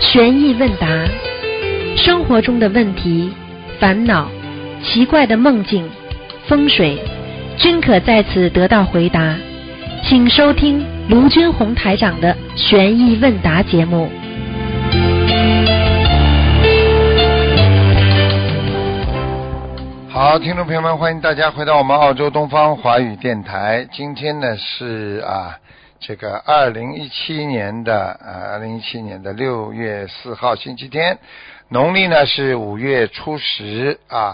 悬疑问答，生活中的问题、烦恼、奇怪的梦境、风水，均可在此得到回答。请收听卢军红台长的悬疑问答节目。 好，听众朋友们，欢迎大家回到我们澳洲东方华语电台。今天呢是这个2017年的6月4号星期天，农历呢是5月初10。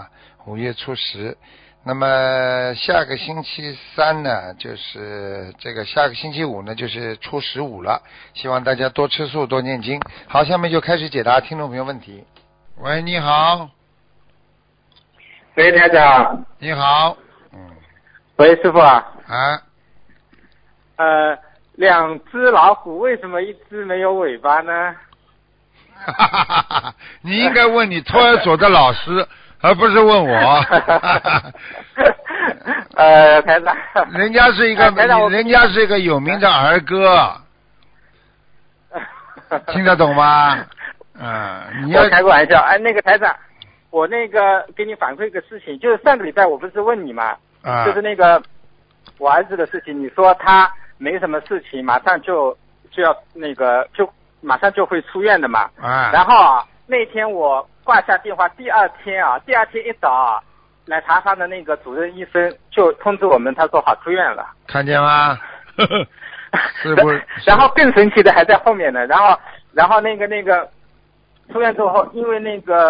那么下个星期三呢，就是这个下个星期五呢，就是初15了。希望大家多吃素，多念经。好，下面就开始解答听众朋友问题。喂，你好。 喂，台长。 你好。 喂，师傅啊。两只老虎为什么一只没有尾巴呢？ 你应该问你托儿所的老师，而不是问我。 台长。 人家是一个有名的儿歌。听得懂吗？你要我开个玩笑。那个台长，我给你反馈一个事情，就是上个礼拜我不是问你嘛，就是我儿子的事情，你说他没什么事情，马上就要就马上就会出院的嘛。然后那天我挂下电话，第二天一早来查房的主任医生就通知我们，他说好出院了。 看见吗？是不是？ 然后更神奇的还在后面呢。然后出院之后，因为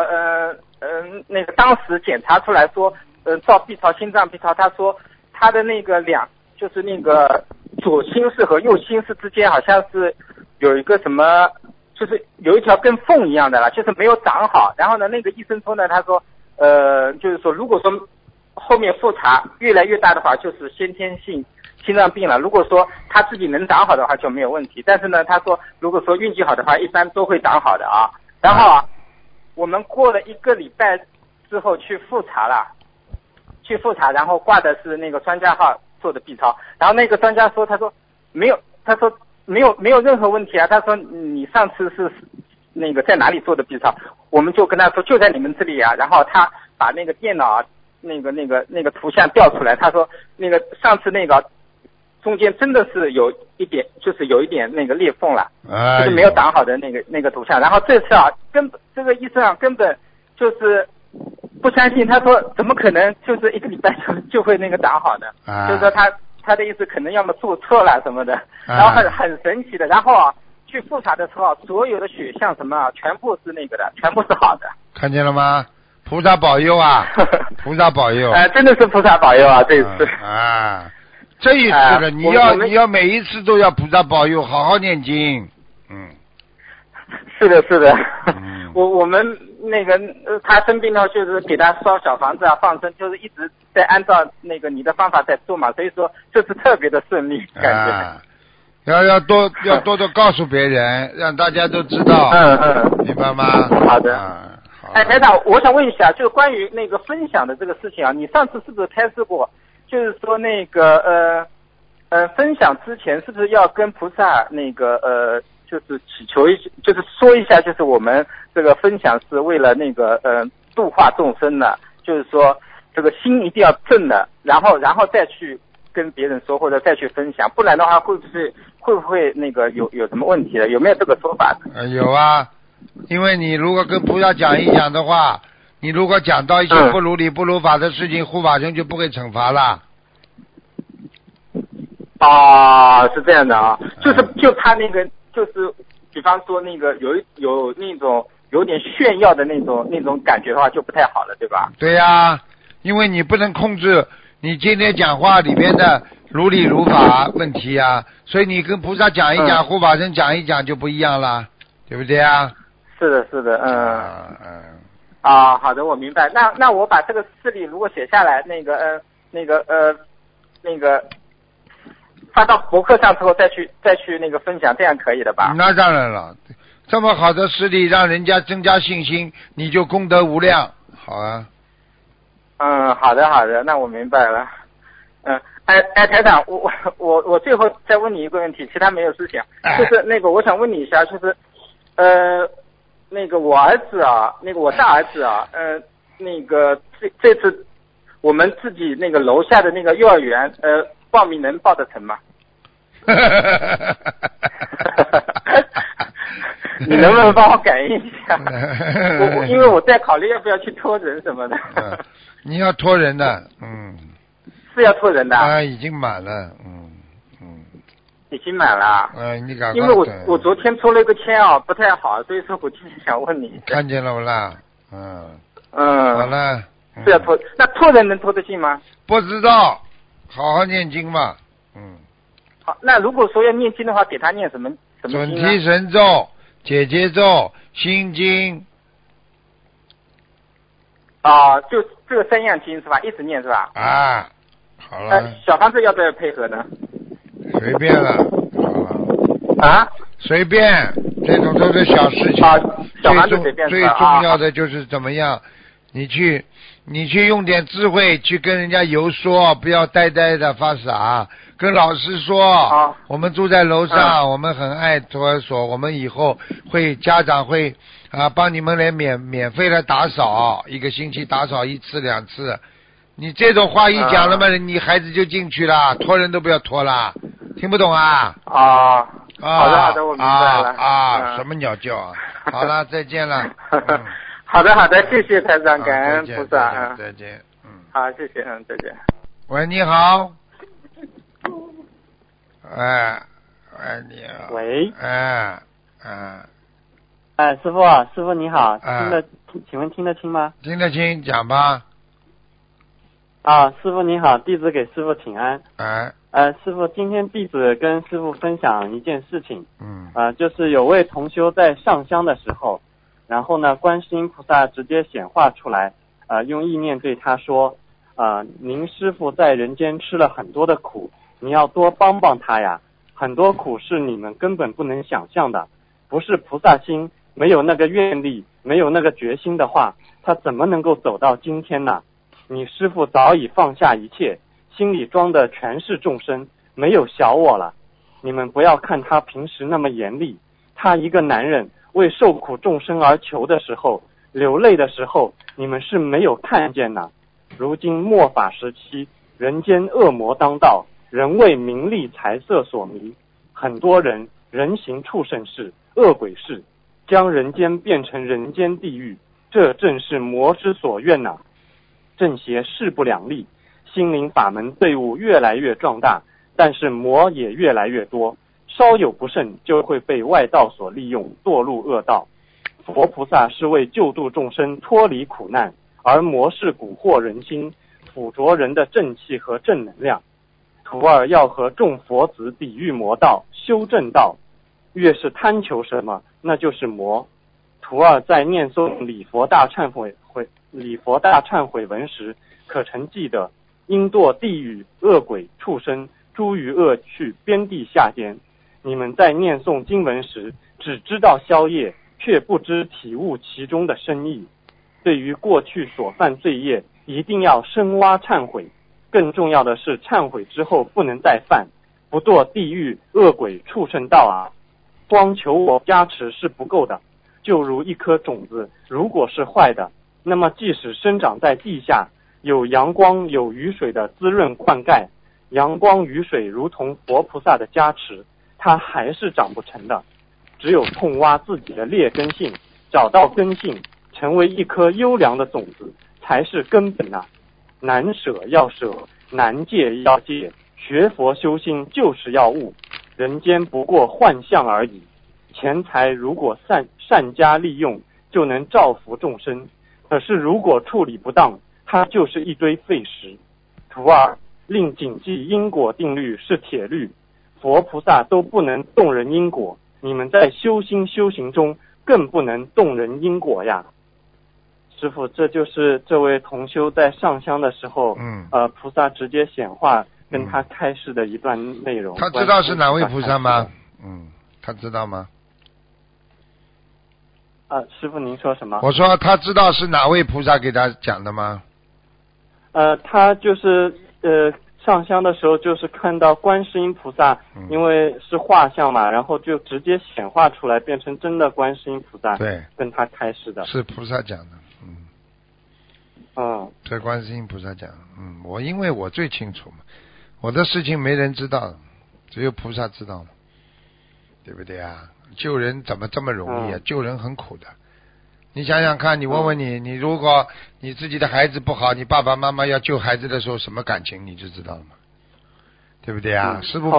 当时检查出来说，照 B 超心脏 B 超，他说他的就是左心室和右心室之间好像是有一个什么，就是有一条跟缝一样的了，就是没有长好。然后呢，医生说呢，他说就是说如果说后面复查越来越大的话，就是先天性心脏病了。如果说他自己能长好的话就没有问题，但是呢，他说如果说运气好的话，一般都会长好的啊。然后我们过了1个礼拜之后去复查，然后挂的是专家号做的 B 超，然后专家说，他说没有任何问题啊。他说你上次是在哪里做的 B 超？我们就跟他说就在你们这里啊。然后他把电脑图像调出来，他说上次中间真的是有一点裂缝了，就是没有长好的图像。然后这次这个医生根本就是不相信，他说怎么可能就是1个礼拜就会长好的，就是说他的意思可能要么做错了什么的，然后很神奇的。然后去复查的时候，所有的血象什么全部是全部是好的。 看见了吗？菩萨保佑啊！菩萨保佑！ 真的是菩萨保佑啊！这一次这一次了，你要每一次都要菩萨保佑，好好念经。 是的。我们他生病了，就是给他烧小房子放生，就是一直在按照你的方法在做嘛，所以说这次特别的顺利，感觉。 要多告诉别人，让大家都知道。明白吗？ 好的。台长，我想问一下，就是关于分享的这个事情啊，你上次是不是开示过？就是说分享之前是不是要跟菩萨就是祈求就是说一下，就是我们这个分享是为了度化众生的，就是说这个心一定要正的，然后再去跟别人说或者再去分享，不然的话会不会有什么问题的？有没有这个说法？ 有啊，因为你如果跟菩萨讲一讲的话，你如果讲到一些不如理不如法的事情，护法神就不会惩罚了。 是这样的啊，就他就是比方说有有点炫耀的那种感觉的话，就不太好了，对吧？ 对呀，因为你不能控制你今天讲话里边的如理如法问题啊，所以你跟菩萨讲一讲，护法神讲一讲就不一样了，对不对啊？ 是的，好的，我明白。那我把这个事例如果写下来，发到博客上之后再去分享，这样可以的吧？ 那当然了，这么好的事例让人家增加信心，你就功德无量。好啊。 好的，那我明白了。台长，我最后再问你一个问题，其他没有事情。就是我想问你一下，就是那个我儿子啊，那个我大儿子啊，那个这次我们自己那个楼下的那个幼儿园，报名能报得成吗？你能不能帮我感应一下？因为我在考虑要不要去托人什么的。 你要托人的， 是要托人的啊，已经满了， 已经满了。 你赶快。 因为我昨天抽了一个签啊，不太好，所以说我今天想问你。 看见了不啦？好了。 是要托，那托人能托得进吗？ 不知道，好好念经吧。 好，那如果说要念经的话，给他念什么经呢？准提神咒、解结咒、心经。 就这个3样经是吧？一直念是吧？ 好了。 小房子要不要配合呢？ 随便了，好了。随便，这种都是小事情。 小房子随便。 最重要的就是怎么样，你去用点智慧去跟人家游说，不要呆呆的发傻。跟老师说，我们住在楼上，我们很爱托儿所，我们以后家长会帮你们来免费的打扫，1个星期打扫1次2次。你这种话一讲了嘛，你孩子就进去了，托人都不要托了，听不懂啊？ 好的，我明白了。 什么鸟叫啊？好了，再见了。 好的，谢谢台长，感恩菩萨。 再见。 好，谢谢，再见。 喂，你好。你好。 喂。师傅你好，请问听得清吗？ 听得清，讲吧。 师傅你好，弟子给师傅请安。师傅，今天弟子跟师傅分享一件事情。就是有位同修在上香的时候，然后呢，观世音菩萨直接显化出来，用意念对他说，您师傅在人间吃了很多的苦，你要多帮帮他呀，很多苦是你们根本不能想象的，不是菩萨心，没有那个愿力，没有那个决心的话，他怎么能够走到今天呢？你师父早已放下一切，心里装的全是众生，没有小我了。你们不要看他平时那么严厉，他一个男人为受苦众生而求的时候，流泪的时候，你们是没有看见的。如今末法时期，人间恶魔当道，人为名利财色所迷，很多人人行畜生事、恶鬼事，将人间变成人间地狱，这正是魔之所愿呐。正邪势不两立，心灵法门队伍越来越壮大，但是魔也越来越多，稍有不慎就会被外道所利用，堕入恶道。佛菩萨是为救度众生脱离苦难，而魔是蛊惑人心，附着人的正气和正能量。徒儿要和众佛子抵御魔道，修正道，越是贪求什么，那就是魔。徒儿在念诵礼佛大忏悔文时，可曾记得应堕地狱、恶鬼、畜生、诸于恶趣、边地下间。你们在念诵经文时，只知道消业，却不知体悟其中的深意。对于过去所犯罪业，一定要深挖忏悔。更重要的是，忏悔之后不能再犯，不堕地狱、恶鬼、畜生道啊！光求我加持是不够的。就如一颗种子，如果是坏的，那么即使生长在地下，有阳光有雨水的滋润灌溉，阳光雨水如同佛菩萨的加持，它还是长不成的。只有痛挖自己的劣根性，找到根性，成为一颗优良的种子，才是根本啊！难舍要舍，难戒要戒，学佛修心就是要悟，人间不过幻象而已。钱财如果善加利用，就能造福众生，可是如果处理不当，它就是一堆废石。徒儿令谨记因果定律是铁律，佛菩萨都不能动人因果，你们在修心修行中更不能动人因果呀。师父，这就是这位同修在上香的时候，菩萨直接显化跟他开示的一段内容。 他知道是哪位菩萨吗？他知道吗？ 师父您说什么？ 我说他知道是哪位菩萨给他讲的吗？ 他就是上香的时候就是看到观世音菩萨，因为是画像嘛，然后就直接显化出来，变成真的观世音菩萨， 对， 跟他开示的。 是菩萨讲的，对，观世音菩萨讲，因为我最清楚嘛，我的事情没人知道，只有菩萨知道嘛，对不对啊？救人怎么这么容易啊？救人很苦的。你想想看，你问问你如果你自己的孩子不好，你爸爸妈妈要救孩子的时候什么感情，你就知道了嘛，对不对啊？师父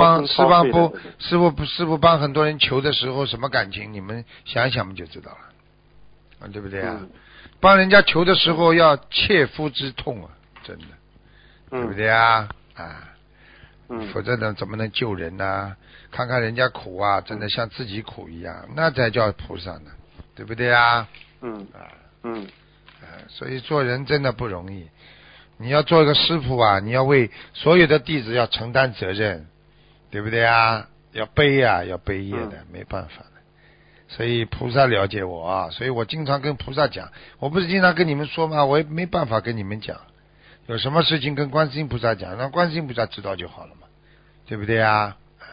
帮很多人求的时候什么感情，你们想一想不就知道了，对不对啊？帮人家求的时候要切肤之痛啊，真的，对不对啊？否则呢怎么能救人呢？看看人家苦啊，真的像自己苦一样，那才叫菩萨呢，对不对啊？所以做人真的不容易。你要做一个师傅啊，你要为所有的弟子要承担责任，对不对啊？要背啊，要背业的，没办法的。所以菩萨了解我啊，所以我经常跟菩萨讲，我不是经常跟你们说吗？我也没办法跟你们讲，有什么事情跟观世音菩萨讲，让观世音菩萨知道就好了嘛，对不对啊？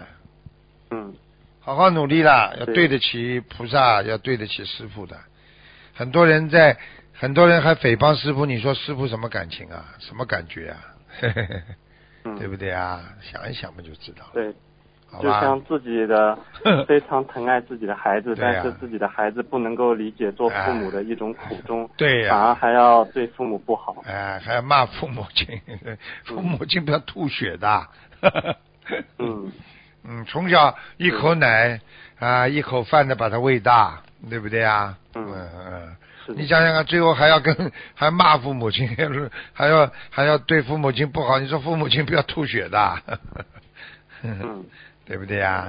好好努力啦，要对得起菩萨，要对得起师父的。很多人还诽谤师父，你说师父什么感情啊，什么感觉啊？对不对啊？想一想不就知道了。 对，就像自己的非常疼爱自己的孩子，但是自己的孩子不能够理解做父母的一种苦衷， 对呀， 反而还要对父母不好， 还要骂父母亲，父母亲不要吐血的。从小一口奶一口饭的把他喂大，对不对啊？你想想看，最后还骂父母亲，还要对父母亲不好，你说父母亲不要吐血的，对不对呀？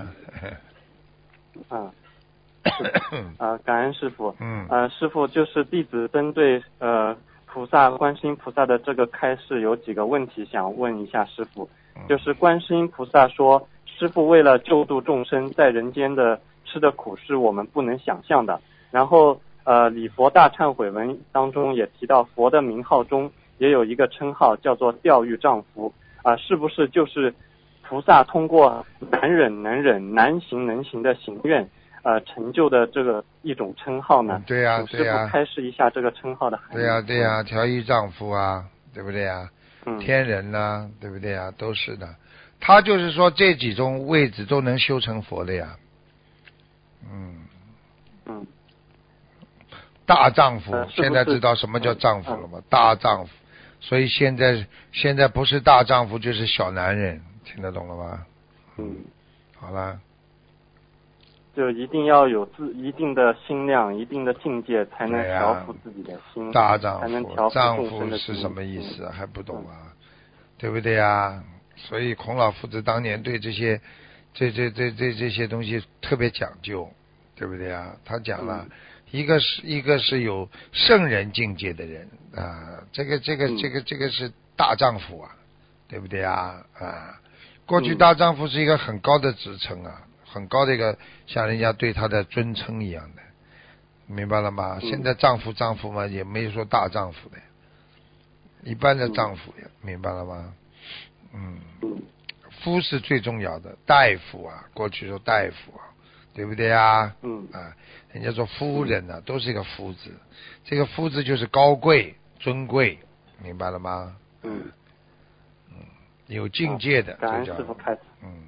感恩师父。师父，就是弟子针对观世音菩萨的这个开示有几个问题想问一下师父。就是观世音菩萨说，师父为了救度众生，在人间的吃的苦是我们不能想象的。然后礼佛大忏悔文当中也提到，佛的名号中也有一个称号叫做调御丈夫，是不是就是菩萨通过难忍能忍、难行能行的行愿成就的这个一种称号呢？ 对呀， 师父开示一下这个称号的含义。 对呀，调御丈夫啊，对不对呀？天人啊，对不对呀？都是的。他就是说这几种位置都能修成佛的呀。大丈夫，现在知道什么叫丈夫了吗？大丈夫，所以现在不是大丈夫就是小男人，听得懂了吗？好了， 就一定要有一定的心量、一定的境界，才能调服自己的心。 大丈夫， 才能调服丈众生的夫是什么意思？还不懂啊？对不对啊？所以孔老夫子当年对这些东西特别讲究，对不对啊？他讲了。一个是有圣人境界的人啊，这个是大丈夫啊，对不对啊？过去大丈夫是一个很高的职称啊，很高的一个像人家对他的尊称一样的，明白了吗？现在丈夫嘛，也没有说大丈夫的，一般的丈夫呀，明白了吗？夫是最重要的，大夫啊，过去说大夫啊，对不对啊？人家说夫人呢，都是一个夫字，这个夫字就是高贵、尊贵，明白了吗？有境界的， 感恩师父开始。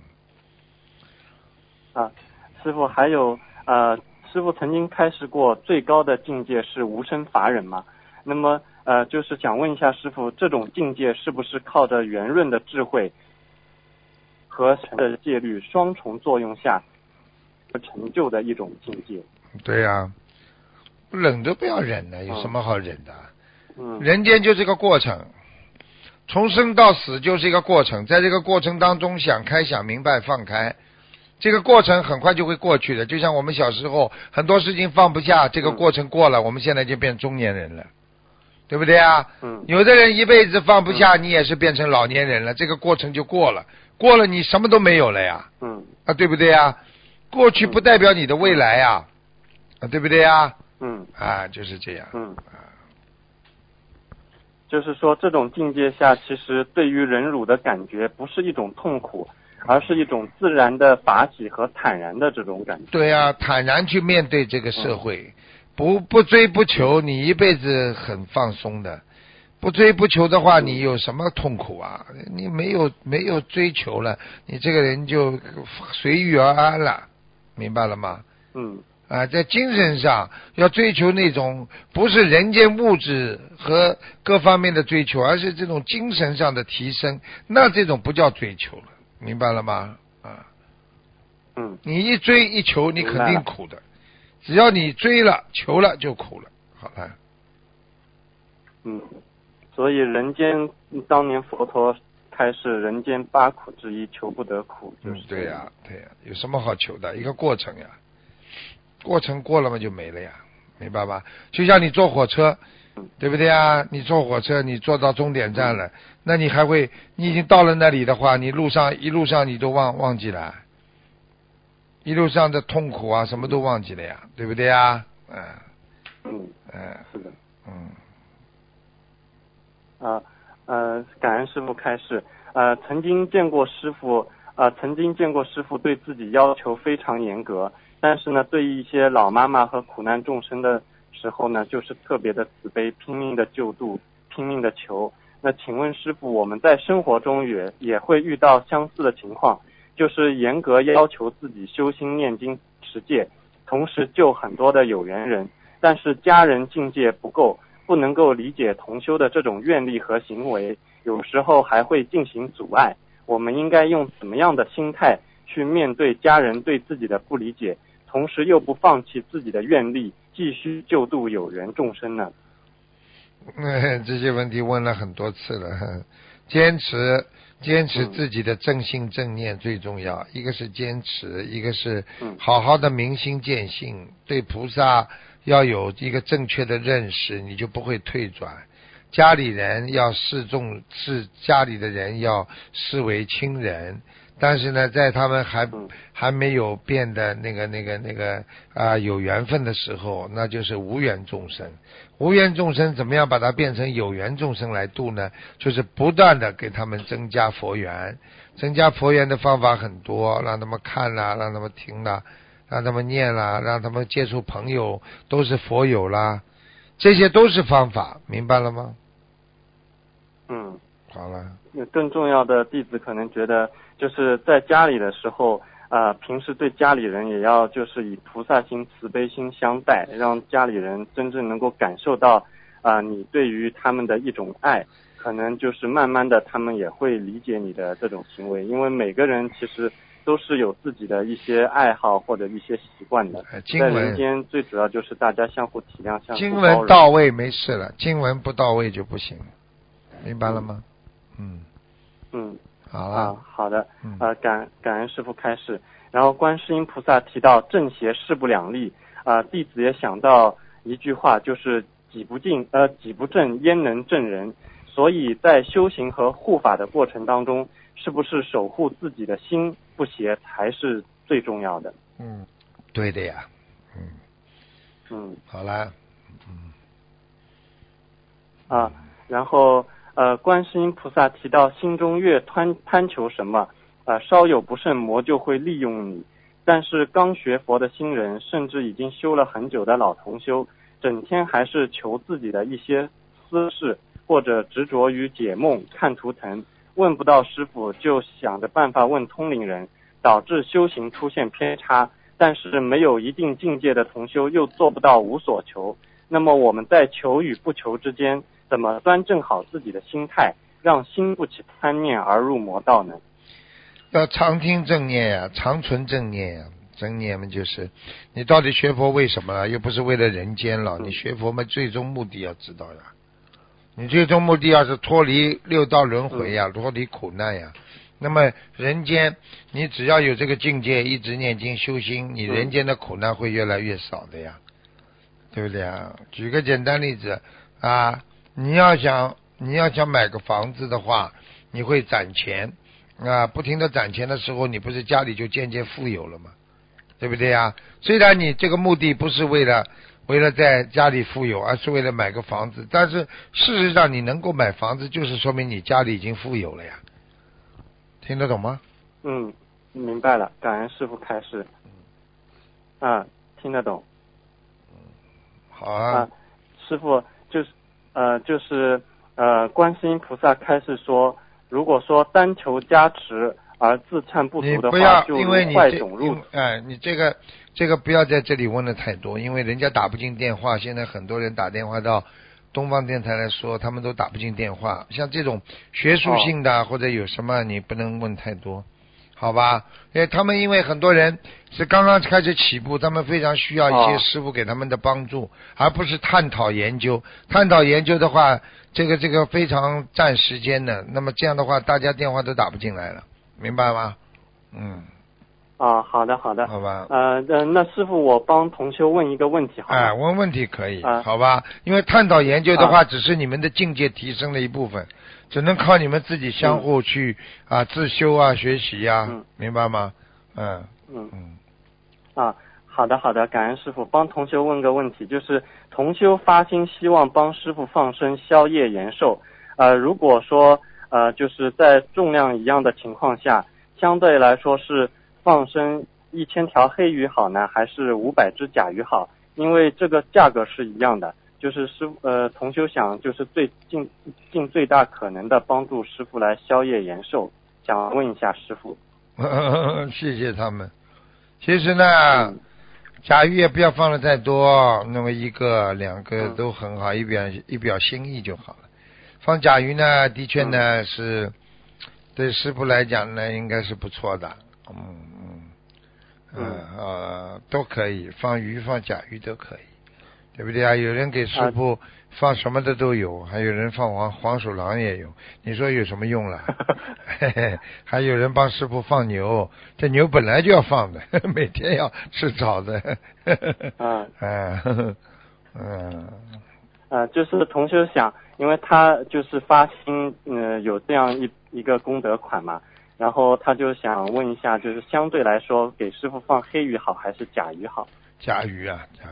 师父还有师父曾经开示过，最高的境界是无生法忍嘛？那么就是想问一下师父，这种境界是不是靠着圆润的智慧和的戒律双重作用下成就的一种境界？ 对呀，忍都不要忍了，有什么好忍的？人间就这个过程，从生到死就是一个过程，在这个过程当中想开、想明白、放开，这个过程很快就会过去的。就像我们小时候很多事情放不下，这个过程过了，我们现在就变中年人了，对不对啊？有的人一辈子放不下，你也是变成老年人了，这个过程就过了，过了你什么都没有了呀。对不对啊？过去不代表你的未来呀。对不对呀？就是这样。 就是说这种境界下，其实对于忍辱的感觉不是一种痛苦，而是一种自然的法喜和坦然的这种感觉。 对啊，坦然去面对这个社会，不追不求，你一辈子很放松的。不追不求的话，你有什么痛苦啊？你没有追求了，你这个人就随遇而安了，明白了吗？在精神上要追求那种不是人间物质和各方面的追求，而是这种精神上的提升，那这种不叫追求了，明白了吗？你一追一求，你肯定苦的。只要你追了求了就苦了。好了。 所以人间当年佛陀开示人间8苦之一，求不得苦，就是。 对呀，有什么好求的？一个过程呀。过程过了嘛就没了呀，明白吧？就像你坐火车，对不对啊？你坐火车，你坐到终点站了，那你已经到了那里的话，你一路上你都忘记了，一路上的痛苦啊，什么都忘记了呀，对不对啊？ 是的。感恩师父开示。曾经见过师父对自己要求非常严格。但是呢，对于一些老妈妈和苦难众生的时候呢，就是特别的慈悲，拼命的救度，拼命的求。那请问师父，我们在生活中也会遇到相似的情况，就是严格要求自己修心念经持戒，同时救很多的有缘人，但是家人境界不够，不能够理解同修的这种愿力和行为，有时候还会进行阻碍。我们应该用怎么样的心态去面对家人对自己的不理解，同时又不放弃自己的愿力，继续救度有缘众生呢？ 这些问题问了很多次了。坚持自己的正信正念最重要，一个是坚持，一个是好好的明心见性，对菩萨要有一个正确的认识，你就不会退转。家里人要家里的人要视为亲人，但是呢，在他们还没有变得有缘分的时候，那就是无缘众生。无缘众生怎么样把它变成有缘众生来度呢？就是不断的给他们增加佛缘。增加佛缘的方法很多，让他们看啦，让他们听啦，让他们念啦，让他们接触朋友都是佛友啦，这些都是方法，明白了吗？好了。 更重要的，弟子可能觉得就是在家里的时候，平时对家里人也要就是以菩萨心、慈悲心相待，让家里人真正能够感受到你对于他们的一种爱，可能就是慢慢的他们也会理解你的这种行为，因为每个人其实都是有自己的一些爱好或者一些习惯的。在人间最主要就是大家相互体谅，相互包容。 经文到位没事了，经文不到位就不行，明白了吗？好了。 好的。感恩师父开示。然后观世音菩萨提到正邪势不两立，弟子也想到一句话，就是己不正焉能正人。所以在修行和护法的过程当中，是不是守护自己的心不邪才是最重要的？ 对的呀。好了。 然后观世音菩萨提到心中越贪求什么，稍有不慎魔就会利用你。但是刚学佛的新人，甚至已经修了很久的老同修，整天还是求自己的一些私事，或者执着于解梦看图腾，问不到师父就想着办法问通灵人，导致修行出现偏差。但是没有一定境界的同修又做不到无所求。那么我们在求与不求之间，怎么端正好自己的心态，让心不起贪念而入魔道呢？ 要常听正念呀，常存正念呀。正念嘛，就是你到底学佛为什么了？又不是为了人间了。你学佛嘛，最终目的要知道呀。你最终目的要是脱离六道轮回呀，脱离苦难呀。那么人间，你只要有这个境界，一直念经修心，你人间的苦难会越来越少的呀，对不对啊？举个简单例子你要想买个房子的话，你会攒钱不停的攒钱的时候，你不是家里就渐渐富有了吗？对不对啊？虽然你这个目的不是为了为了在家里富有，而是为了买个房子。但是事实上，你能够买房子，就是说明你家里已经富有了呀。听得懂吗？ 明白了，感恩师父开示。听得懂。 好啊。 师父就是观世音菩萨开示说，如果说单求加持而自忏不足的话，就如坏种入。 你这个不要在这里问的太多，因为人家打不进电话。现在很多人打电话到东方电台来说，他们都打不进电话。像这种学术性的或者有什么，你不能问太多，好吧？因为很多人是刚刚开始起步，他们非常需要一些师傅给他们的帮助，而不是探讨研究。探讨研究的话，这个非常占时间的。那么这样的话，大家电话都打不进来了，明白吗？ 好的，好吧。 那师父，我帮同修问一个问题好吗？ 问问题可以，好吧？因为探讨研究的话，只是你们的境界提升的一部分，只能靠你们自己相互去自修学习明白吗？ 好的，感恩师父。帮同修问个问题，就是同修发心希望帮师父放生消业延寿，如果说就是在重量一样的情况下，相对来说是放生1000条黑鱼好呢，还是500只甲鱼好？因为这个价格是一样的，就是同修想就是尽最大可能的帮助师父来消业延寿，想问一下师父。 谢谢他们。其实呢，甲鱼也不要放的太多，那么1个2个都很好，一表心意就好了。放甲鱼呢，的确呢是对师父来讲呢，应该是不错的。都可以，放鱼放甲鱼都可以，对不对啊？有人给师父放什么的都有，还有人放黄鼠狼也有，你说有什么用了？还有人帮师父放牛，这牛本来就要放的，每天要吃草的。 就是同修想，因为他就是发心有这样一个功德款嘛，然后他就想问一下，就是相对来说给师父放黑鱼好还是甲鱼好？ 甲鱼，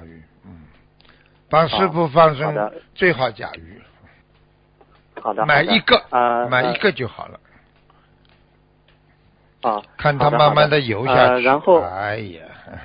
帮师父放生最好甲鱼。 好的， 买一个就好了。看他慢慢的游下去。 然后哎呀，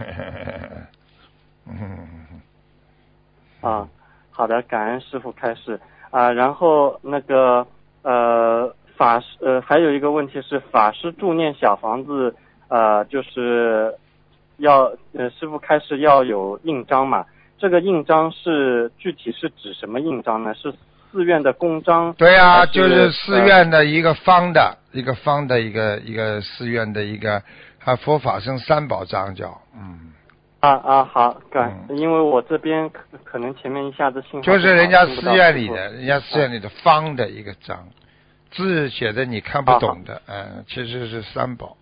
好的，感恩师父开示然后那个法师还有一个问题是，法师助念小房子就是要师父开示要有印章嘛？这个印章是具体是指什么印章呢？是寺院的公章？ 对啊，就是寺院的一个方的一个寺院的一个佛法僧三宝章叫好，因为我这边可能前面一下子信号就是人家寺院里的方的一个章，字写的你看不懂的，其实是三宝。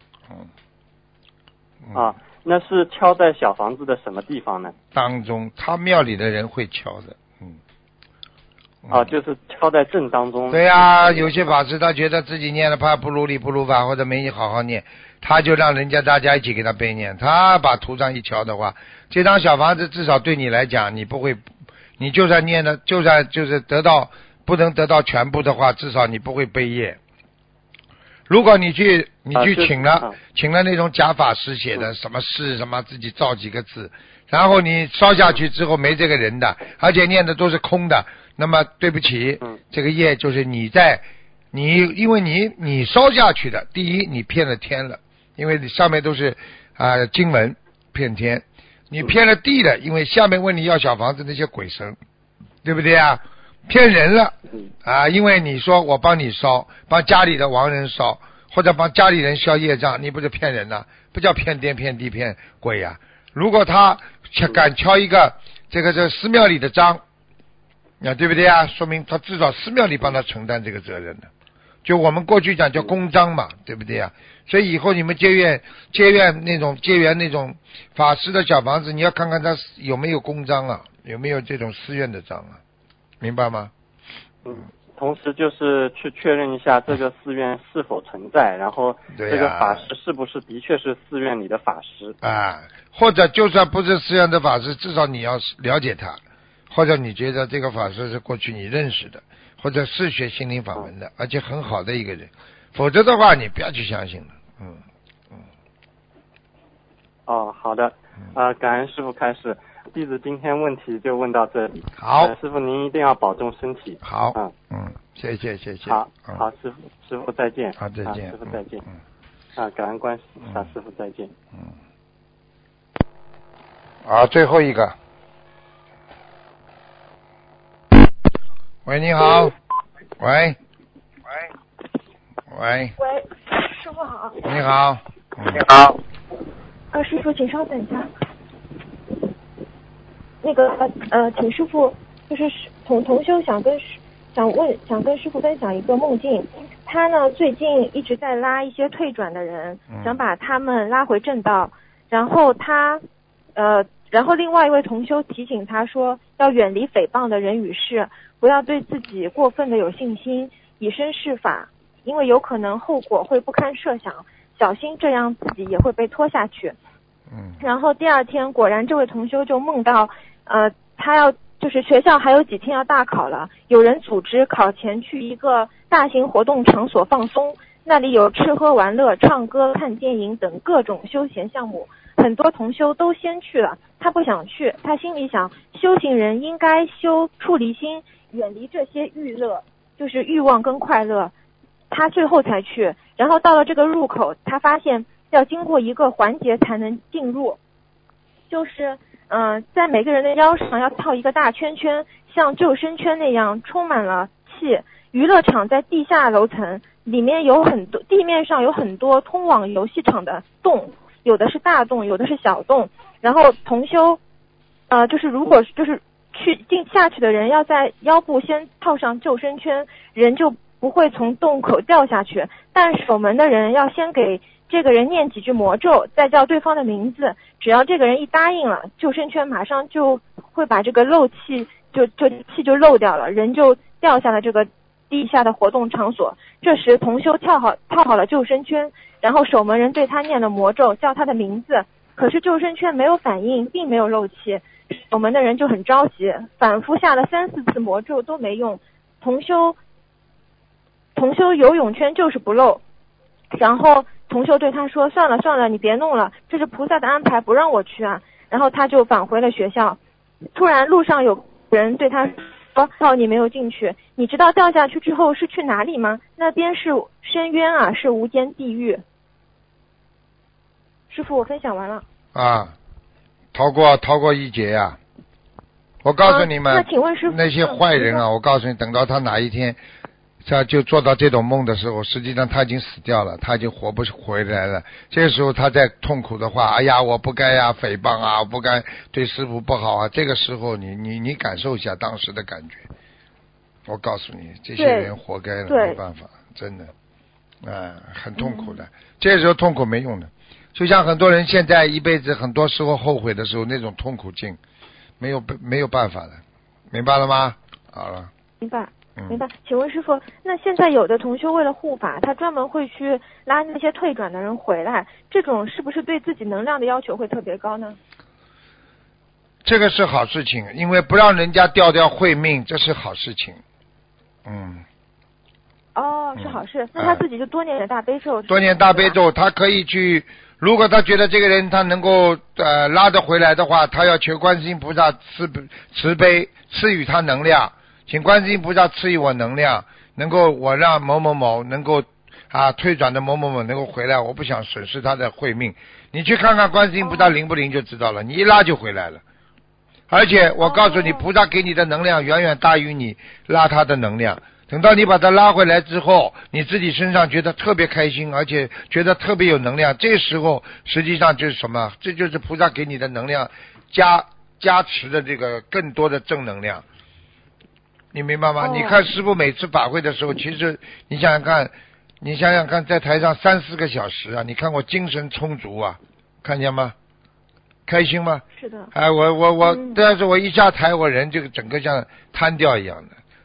那是敲在小房子的什么地方呢？ 当中，他庙里的人会敲的。 就是敲在正当中。 对呀，有些法师他觉得自己念了怕不如理不如法，或者没你好好念，他就让人家大家一起给他背念。他把图上一敲的话，这张小房子至少对你来讲，你不会，你就算念的，就算就是不能得到全部的话，至少你不会背业。如果你去请了那种假法师写的什么诗什么，自己造几个字，然后你烧下去之后没这个人的，而且念的都是空的，那么对不起，这个业就是因为你烧下去的，第一你骗了天了，因为你上面都是经文骗天，你骗了地的，因为下面问你要小房子那些鬼神，对不对啊？骗人了因为你说我帮你烧，帮家里的亡人烧，或者帮家里人消业障，你不是骗人不叫骗天骗地骗鬼呀。如果他敢敲一个这个寺庙里的章，对不对啊？说明他至少寺庙里帮他承担这个责任的，就我们过去讲叫公章嘛，对不对啊？所以以后你们结缘那种法师的小房子，你要看看他有没有公章有没有这种寺院的章明白吗？ 同时就是去确认一下这个寺院是否存在，然后这个法师是不是的确是寺院里的法师啊？或者就算不是寺院的法师，至少你要了解他，或者你觉得这个法师是过去你认识的，或者是学心灵法门的，而且很好的一个人，否则的话你不要去相信了。 哦，好的，感恩师父开示。弟子今天问题就问到这里。 好， 师父您一定要保重身体。 好，谢谢。 好，师父再见。 好，再见。 师父再见。感恩观世音菩萨，师父再见。 好，最后一个。喂，你好。喂， 师父好。 你好。 你好。 师父，请稍等一下。那个请师父，就是同修想跟师父分享一个梦境。他呢最近一直在拉一些退转的人，想把他们拉回正道。然后另外一位同修提醒他说，要远离诽谤的人与事，不要对自己过分的有信心，以身试法，因为有可能后果会不堪设想，小心这样自己也会被拖下去。然后第二天果然这位同修就梦到他就是学校还有几天要大考了，有人组织考前去一个大型活动场所放松，那里有吃喝玩乐、唱歌、看电影等各种休闲项目，很多同修都先去了，他不想去，他心里想修行人应该修出离心，远离这些欲乐，就是欲望跟快乐，他最后才去。然后到了这个入口，他发现要经过一个环节才能进入，就是在每个人的腰上要套一个大圈圈，像救生圈那样充满了气。娱乐场在地下楼层，里面地面上有很多通往游戏场的洞，有的是大洞，有的是小洞。然后同修就是如果就是下去的人要在腰部先套上救生圈，人就不会从洞口掉下去。但守门的人要先给这个人念几句魔咒，再叫对方的名字，只要这个人一答应了，救生圈马上就会把这个漏气气就漏掉了，人就掉下了这个地下的活动场所。这时同修套好了救生圈，然后守门人对他念了魔咒，叫他的名字，可是救生圈没有反应，并没有漏气。守门的人就很着急，反复下了3-4次魔咒都没用，同修游泳圈就是不漏。然后同修对他说，算了，你别弄了，这是菩萨的安排，不让我去啊。然后他就返回了学校。突然路上有人对他说，你没有进去，你知道掉下去之后是去哪里吗？那边是深渊啊，是无间地狱。师父，我分享完了。 逃过一劫呀！我告诉你们， 那请问师父， 那些坏人啊，我告诉你，等到他哪一天他就做到这种梦的时候，实际上他已经死掉了，他已经活不回来了。这个时候他在痛苦的话，哎呀，我不该呀，诽谤啊，我不该对师父不好啊。这个时候你感受一下当时的感觉。我告诉你，这些人活该了，没办法，真的，很痛苦的。这个时候痛苦没用的，就像很多人现在一辈子很多时候后悔的时候，那种痛苦劲，没有办法的，明白了吗？好了， 明白。请问师父，那现在有的同修为了护法，他专门会去拉那些退转的人回来，这种是不是对自己能量的要求会特别高呢？ 这个是好事情，因为不让人家掉慧命，这是好事情。 是好事。那他自己就多念点大悲咒。 多念大悲咒，他可以去，如果他觉得这个人他能够拉得回来的话，他要求观世音菩萨慈悲赐予他能量，请观世音菩萨赐予我能量，能够我让某某某能够退转的某某某能够回来，我不想损失他的慧命。你去看看观世音菩萨灵不灵就知道了，你一拉就回来了。而且我告诉你，菩萨给你的能量远远大于你拉他的能量。等到你把他拉回来之后，你自己身上觉得特别开心，而且觉得特别有能量，这时候实际上就是什么？这就是菩萨给你的能量加持的这个更多的正能量，你明白吗？你看师父每次法会的时候，其实你想想看，在台上3-4个小时啊，你看我精神充足啊，看见吗？开心吗？ 是的。 我但是我一下台，我人这个整个像瘫掉一样的。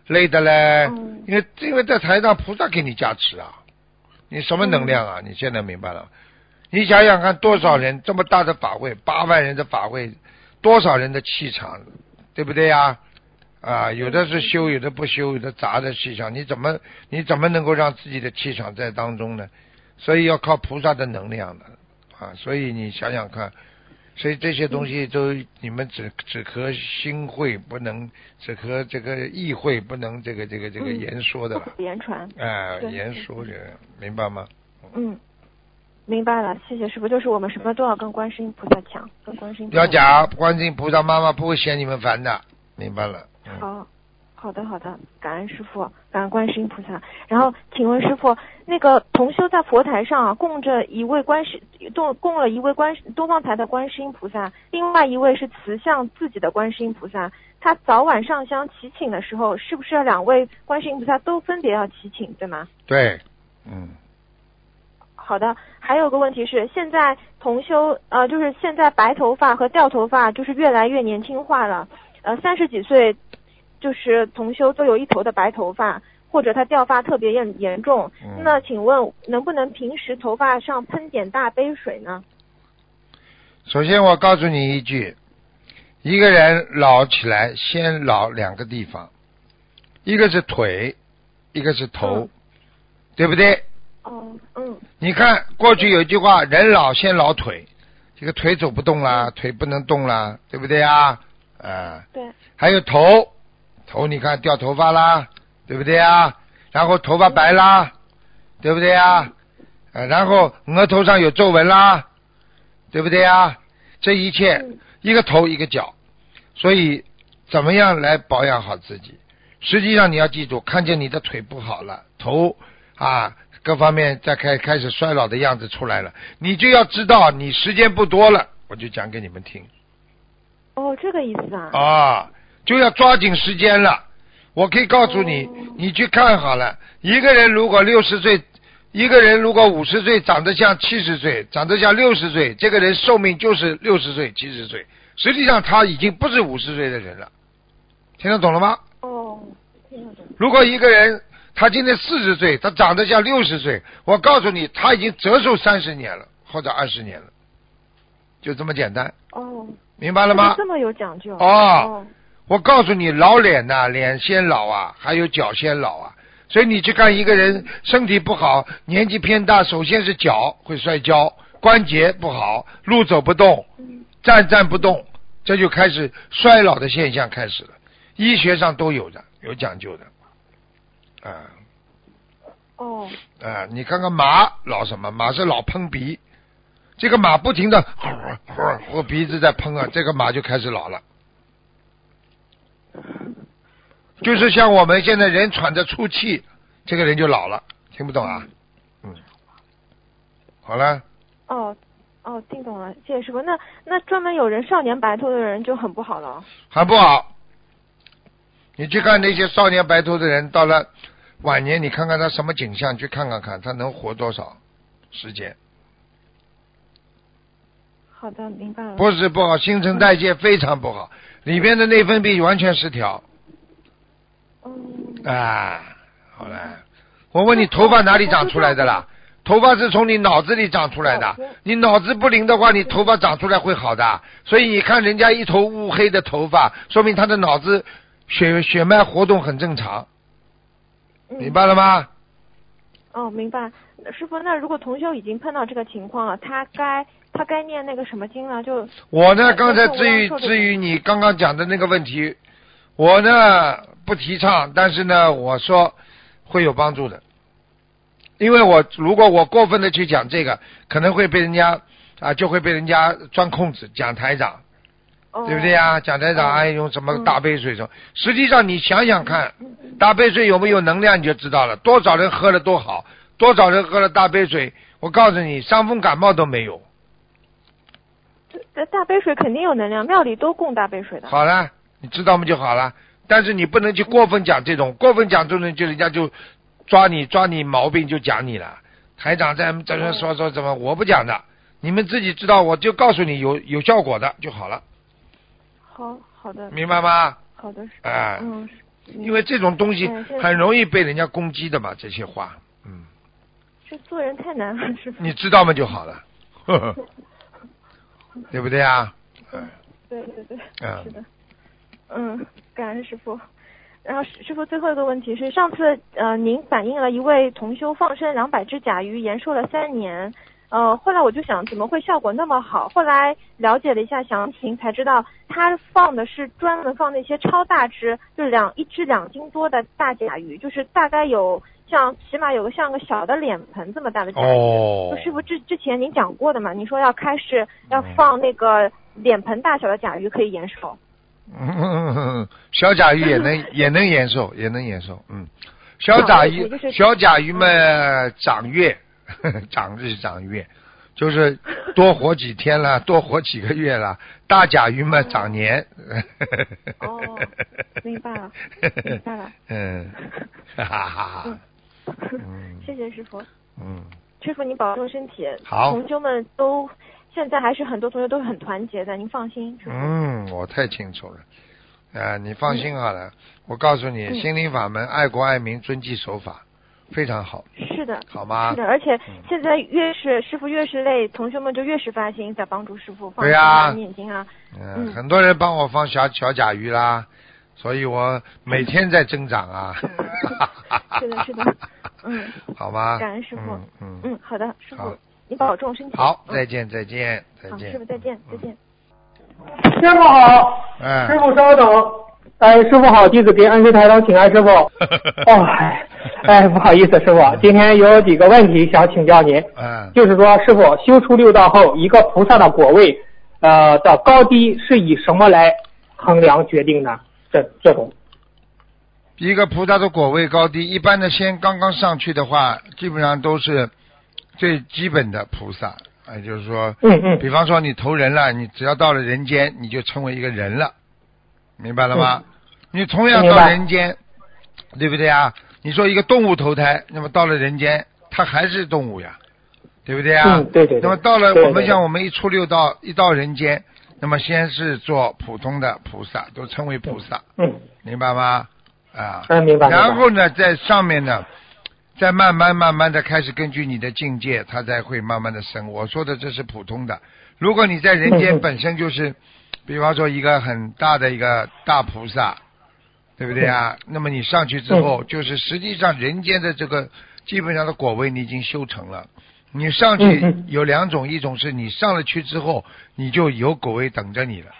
累的嘞，因为在台上菩萨给你加持啊，你什么能量啊？你现在明白了？你想想看，多少人这么大的法会，8万人的法会，多少人的气场，对不对呀？有的是修，有的不修，有的杂的气场，你怎么能够让自己的气场在当中呢？所以要靠菩萨的能量的所以你想想看，所以这些东西都你们只可心会，不能只可这个意会，不能这个言说的了， 言传言说的，明白吗？ 明白了，谢谢师父。就是我们什么都要跟观世音菩萨讲，跟观世音菩萨要讲，观世音菩萨妈妈不会嫌你们烦的，明白了。 好的，感恩师父，感恩观世音菩萨。然后请问师父，那个同修在佛台上供了一位东方台的观世音菩萨，另外一位是慈向自己的观世音菩萨。他早晚上香祈请的时候，是不是2位观世音菩萨都分别要祈请，对吗？ 对， 好的，还有个问题是，现在同修就是现在白头发和掉头发就是越来越年轻化了，30几岁就是同修都有一头的白头发，或者他掉发特别严重，那请问能不能平时头发上喷点大杯水呢？ 首先我告诉你一句，一个人老起来先老2个地方，一个是腿，一个是头，对不对？你看过去有一句话，人老先老腿，这个腿走不动啦，腿不能动啦，对不对啊？ 对。 还有头你看掉头发啦，对不对啊？然后头发白啦，对不对啊？然后额头上有皱纹啦，对不对啊？这一切一个头一个脚，所以怎么样来保养好自己？实际上你要记住，看见你的腿不好了，头各方面在开始衰老的样子出来了，你就要知道你时间不多了，我就讲给你们听。 这个意思啊。 就要抓紧时间了。我可以告诉你，你去看好了，一个人如果60岁，一个人如果50岁长得像70岁，长得像60岁，这个人寿命就是60岁70岁，实际上他已经不是50岁的人了。听得懂了吗？ 听得懂。 如果一个人他今天40岁，他长得像60岁，我告诉你，他已经折寿30年了，或者20年了，就这么简单。明白了吗？ 这么有讲究。 我告诉你，老脸脸先老还有脚先老所以你去看一个人身体不好，年纪偏大，首先是脚会摔跤，关节不好，路走不动，站不动，这就开始衰老的现象开始了。医学上都有的，有讲究的。你看看马老什么？马是老喷鼻，这个马不停的呼鼻子在喷这个马就开始老了。就是像我们现在人喘着粗气，这个人就老了，听不懂啊？好了。 听懂了，谢谢师傅。那专门有人少年白头的人就很不好了。 很不好。你去看那些少年白头的人，到了晚年，你看看他什么景象，去看看他能活多少时间。 好的，明白了。 不是不好，新陈代谢非常不好，里边的内分泌完全失调。好了，我问你，头发哪里长出来的啦？头发是从你脑子里长出来的，你脑子不灵的话，你头发长出来会好的。所以你看人家一头乌黑的头发，说明他的脑子血脉活动很正常。明白了吗？ 明白。师傅，那如果同修已经碰到这个情况了，他该念那个什么经呢？就我呢，刚才至于你刚刚讲的那个问题，我呢不提倡，但是呢，我说会有帮助的，因为如果我过分的去讲这个，可能会被人家就会被人家钻空子讲台长，对不对呀？讲台长用什么大杯水实际上你想想看，大杯水有没有能量你就知道了，多少人喝了多好，多少人喝了大杯水，我告诉你，伤风感冒都没有。 这大杯水肯定有能量，庙里都供大杯水的。 好了，你知道吗就好了。但是你不能去过分讲这种，过分讲这种就人家就抓你毛病就讲你了。台长在这说怎么，我不讲的，你们自己知道，我就告诉你有效果的就好了。 好的。 明白吗？ 好的。 因为这种东西很容易被人家攻击的嘛，这些话， 这做人太难了，师傅。 你知道吗就好了，呵呵对不对啊？ 对，是的，感恩师傅。然后师傅最后一个问题是，上次您反映了一位同修放生200只甲鱼，延寿了3年。后来我就想，怎么会效果那么好？后来了解了一下详情，才知道他放的是专门放那些超大只，就是一只2斤多的大甲鱼，就是大概有起码有个像个小的脸盆这么大的甲鱼。就师傅之前您讲过的嘛，你说要开始要放那个脸盆大小的甲鱼可以延寿。 小甲鱼也能延寿，也能延寿。小甲鱼嘛长月。长日长月，就是多活几天了，多活几个月了。大甲鱼嘛长年。 明白了。 哈哈。 谢谢师傅。师傅你保重身体。 好。 同修们都现在还是很多同学都是很团结的，您放心。 我太清楚了。你放心好了，我告诉你，心灵法门爱国爱民，遵纪守法。非常好， 是的， 好吗？ 是的，而且现在师傅越是累，同学们就越是发心在帮助师傅放经念经啊。 很多人帮我放小甲鱼啦，所以我每天在增长啊。 是的， 好吗？ 感恩师傅。好的，师傅，你保重身体。 好，再见。 好，师傅再见。 师傅好。师傅稍等。师傅好，弟子给恩师台长请安，师傅。不好意思，师傅，今天有几个问题想请教您。就是说，师傅修出6道后，一个菩萨的果位的高低是以什么来衡量决定呢？这种一个菩萨的果位高低，一般的刚刚上去的话，基本上都是最基本的菩萨。就是说，比方说你投人了，你只要到了人间，你就成为一个人了，明白了吗？你同样到人间，对不对啊？你说一个动物投胎，那么到了人间，它还是动物呀，对不对啊？ 对。 那么到了我们一出6道，一到人间，那么先是做普通的菩萨，都称为菩萨，明白吗？ 明白。 然后呢，在上面呢，再慢慢的开始根据你的境界，它才会慢慢的升。我说的这是普通的，如果你在人间本身就是，比方说一个很大的一个大菩萨。对不对啊？那么你上去之后，就是实际上人间的这个基本上的果位你已经修成了。你上去有2种，一种是你上了去之后，你就有果位等着你了。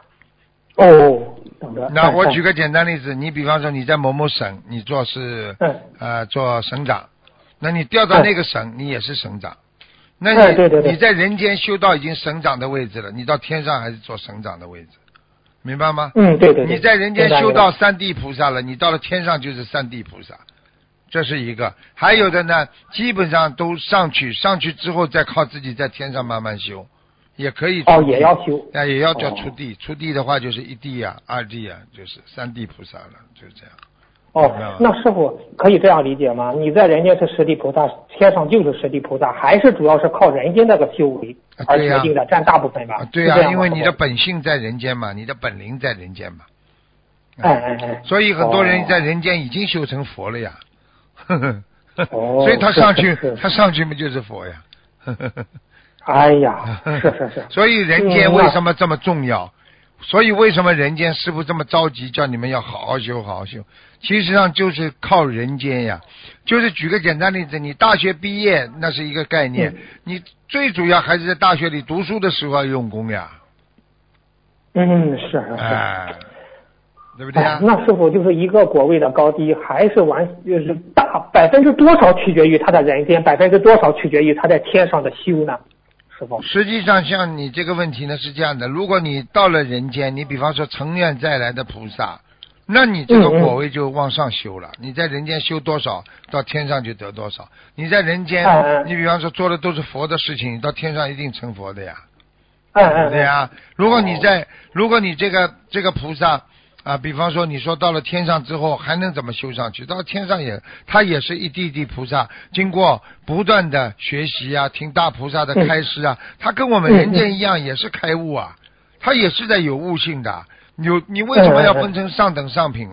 等着。 那我举个简单例子，你比方说你在某某省，你做省长，那你调到那个省，你也是省长。那你在人间修到已经省长的位置了，你到天上还是做省长的位置。明白吗？ 对。 你在人间修到3地菩萨了，你到了天上就是3地菩萨，这是一个。还有的呢，基本上都上去之后再靠自己在天上慢慢修，也可以。 也要修。 也要叫出地，出地的话就是1地啊、2地啊，就是3地菩萨了，就是这样。 那师傅可以这样理解吗？你在人间是10地菩萨，天上就是10地菩萨，还是主要是靠人间那个修为而决定的，占大部分吧？ 对呀，因为你的本性在人间嘛，你的本灵在人间嘛。所以很多人在人间已经修成佛了呀。所以他上去嘛就是佛呀。 是。 所以人间为什么这么重要？所以为什么人间师父这么着急叫你们要好好修好好修？其实上就是靠人间呀。就是举个简单例子，你大学毕业那是一个概念，你最主要还是在大学里读书的时候要用功呀。 是。 对不对啊？ 那师傅就是一个果位的高低，还是就是%多少取决于他在人间，%多少取决于他在天上的修呢？ 实际上像你这个问题呢是这样的，如果你到了人间，你比方说成愿再来的菩萨，那你这个果位就往上修了。你在人间修多少，到天上就得多少。你在人间你比方说做的都是佛的事情，到天上一定成佛的呀。对呀。如果你这个菩萨比方说你说到了天上之后还能怎么修上去？到天上他也是一地地菩萨，经过不断的学习听大菩萨的开示他跟我们人间一样也是开悟他也是在有悟性的。你为什么要分成上等上品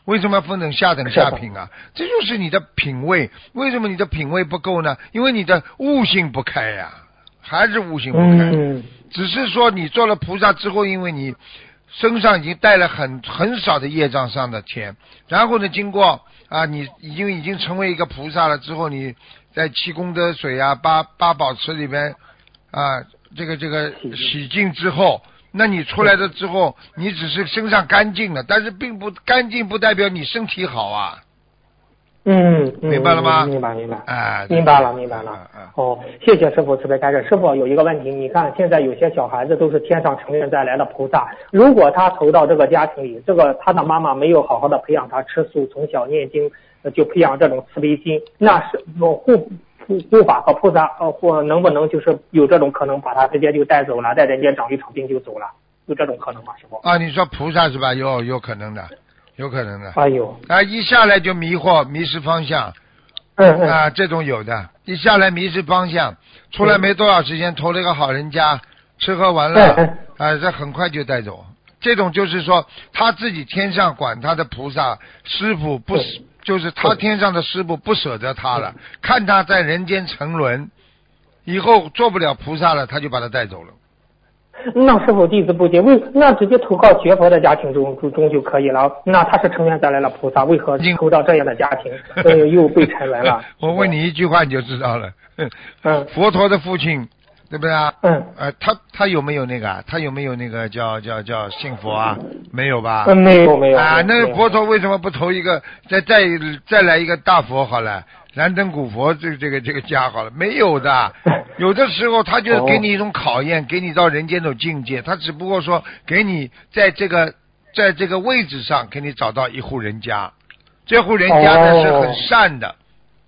为什么要分等下等下品啊？这就是你的品位。为什么你的品位不够呢？因为你的悟性不开呀，还是悟性不开。只是说你做了菩萨之后，因为你身上已经带了很少的业障上的钱，然后呢，经过你已经成为一个菩萨了之后，你在七功德水啊、八宝池里边这个洗净之后，那你出来的之后，你只是身上干净了，但是并不干净不代表你身体好啊。明白了吗？ 明白。明白了。谢谢师傅慈悲开示。师傅有一个问题，你看现在有些小孩子都是天上成愿再来的菩萨，如果他投到这个家庭里，他的妈妈没有好好的培养他吃素，从小念经就培养这种慈悲心，那是护法和菩萨或能不能就是有这种可能把他直接就带走了，在人间长一场病就走了，有这种可能吗？师傅你说菩萨是吧？有可能的。有可能的。 哎呦一下来就迷失方向。这种有的，一下来迷失方向，出来没多少时间投了一个好人家，吃喝玩乐这很快就带走。这种就是说他自己天上管他的菩萨师傅不就是他天上的师傅不舍得他了，看他在人间沉沦，以后做不了菩萨了，他就把他带走了。 那师傅弟子不解，那直接投靠学佛的家庭中就可以了？那他是成愿再来了菩萨，为何投到这样的家庭又被沉沦了？ 我问你一句话你就知道了。佛陀的父亲对不对啊？他有没有那个？他有没有那个叫信佛啊？没有吧？ 没有。 那佛陀为什么不投一个再来一个大佛好了？燃灯古佛这个家好了？没有的。有的时候他就给你一种考验，给你到人间的境界，他只不过说给你在这个位置上给你找到一户人家，这户人家呢是很善的。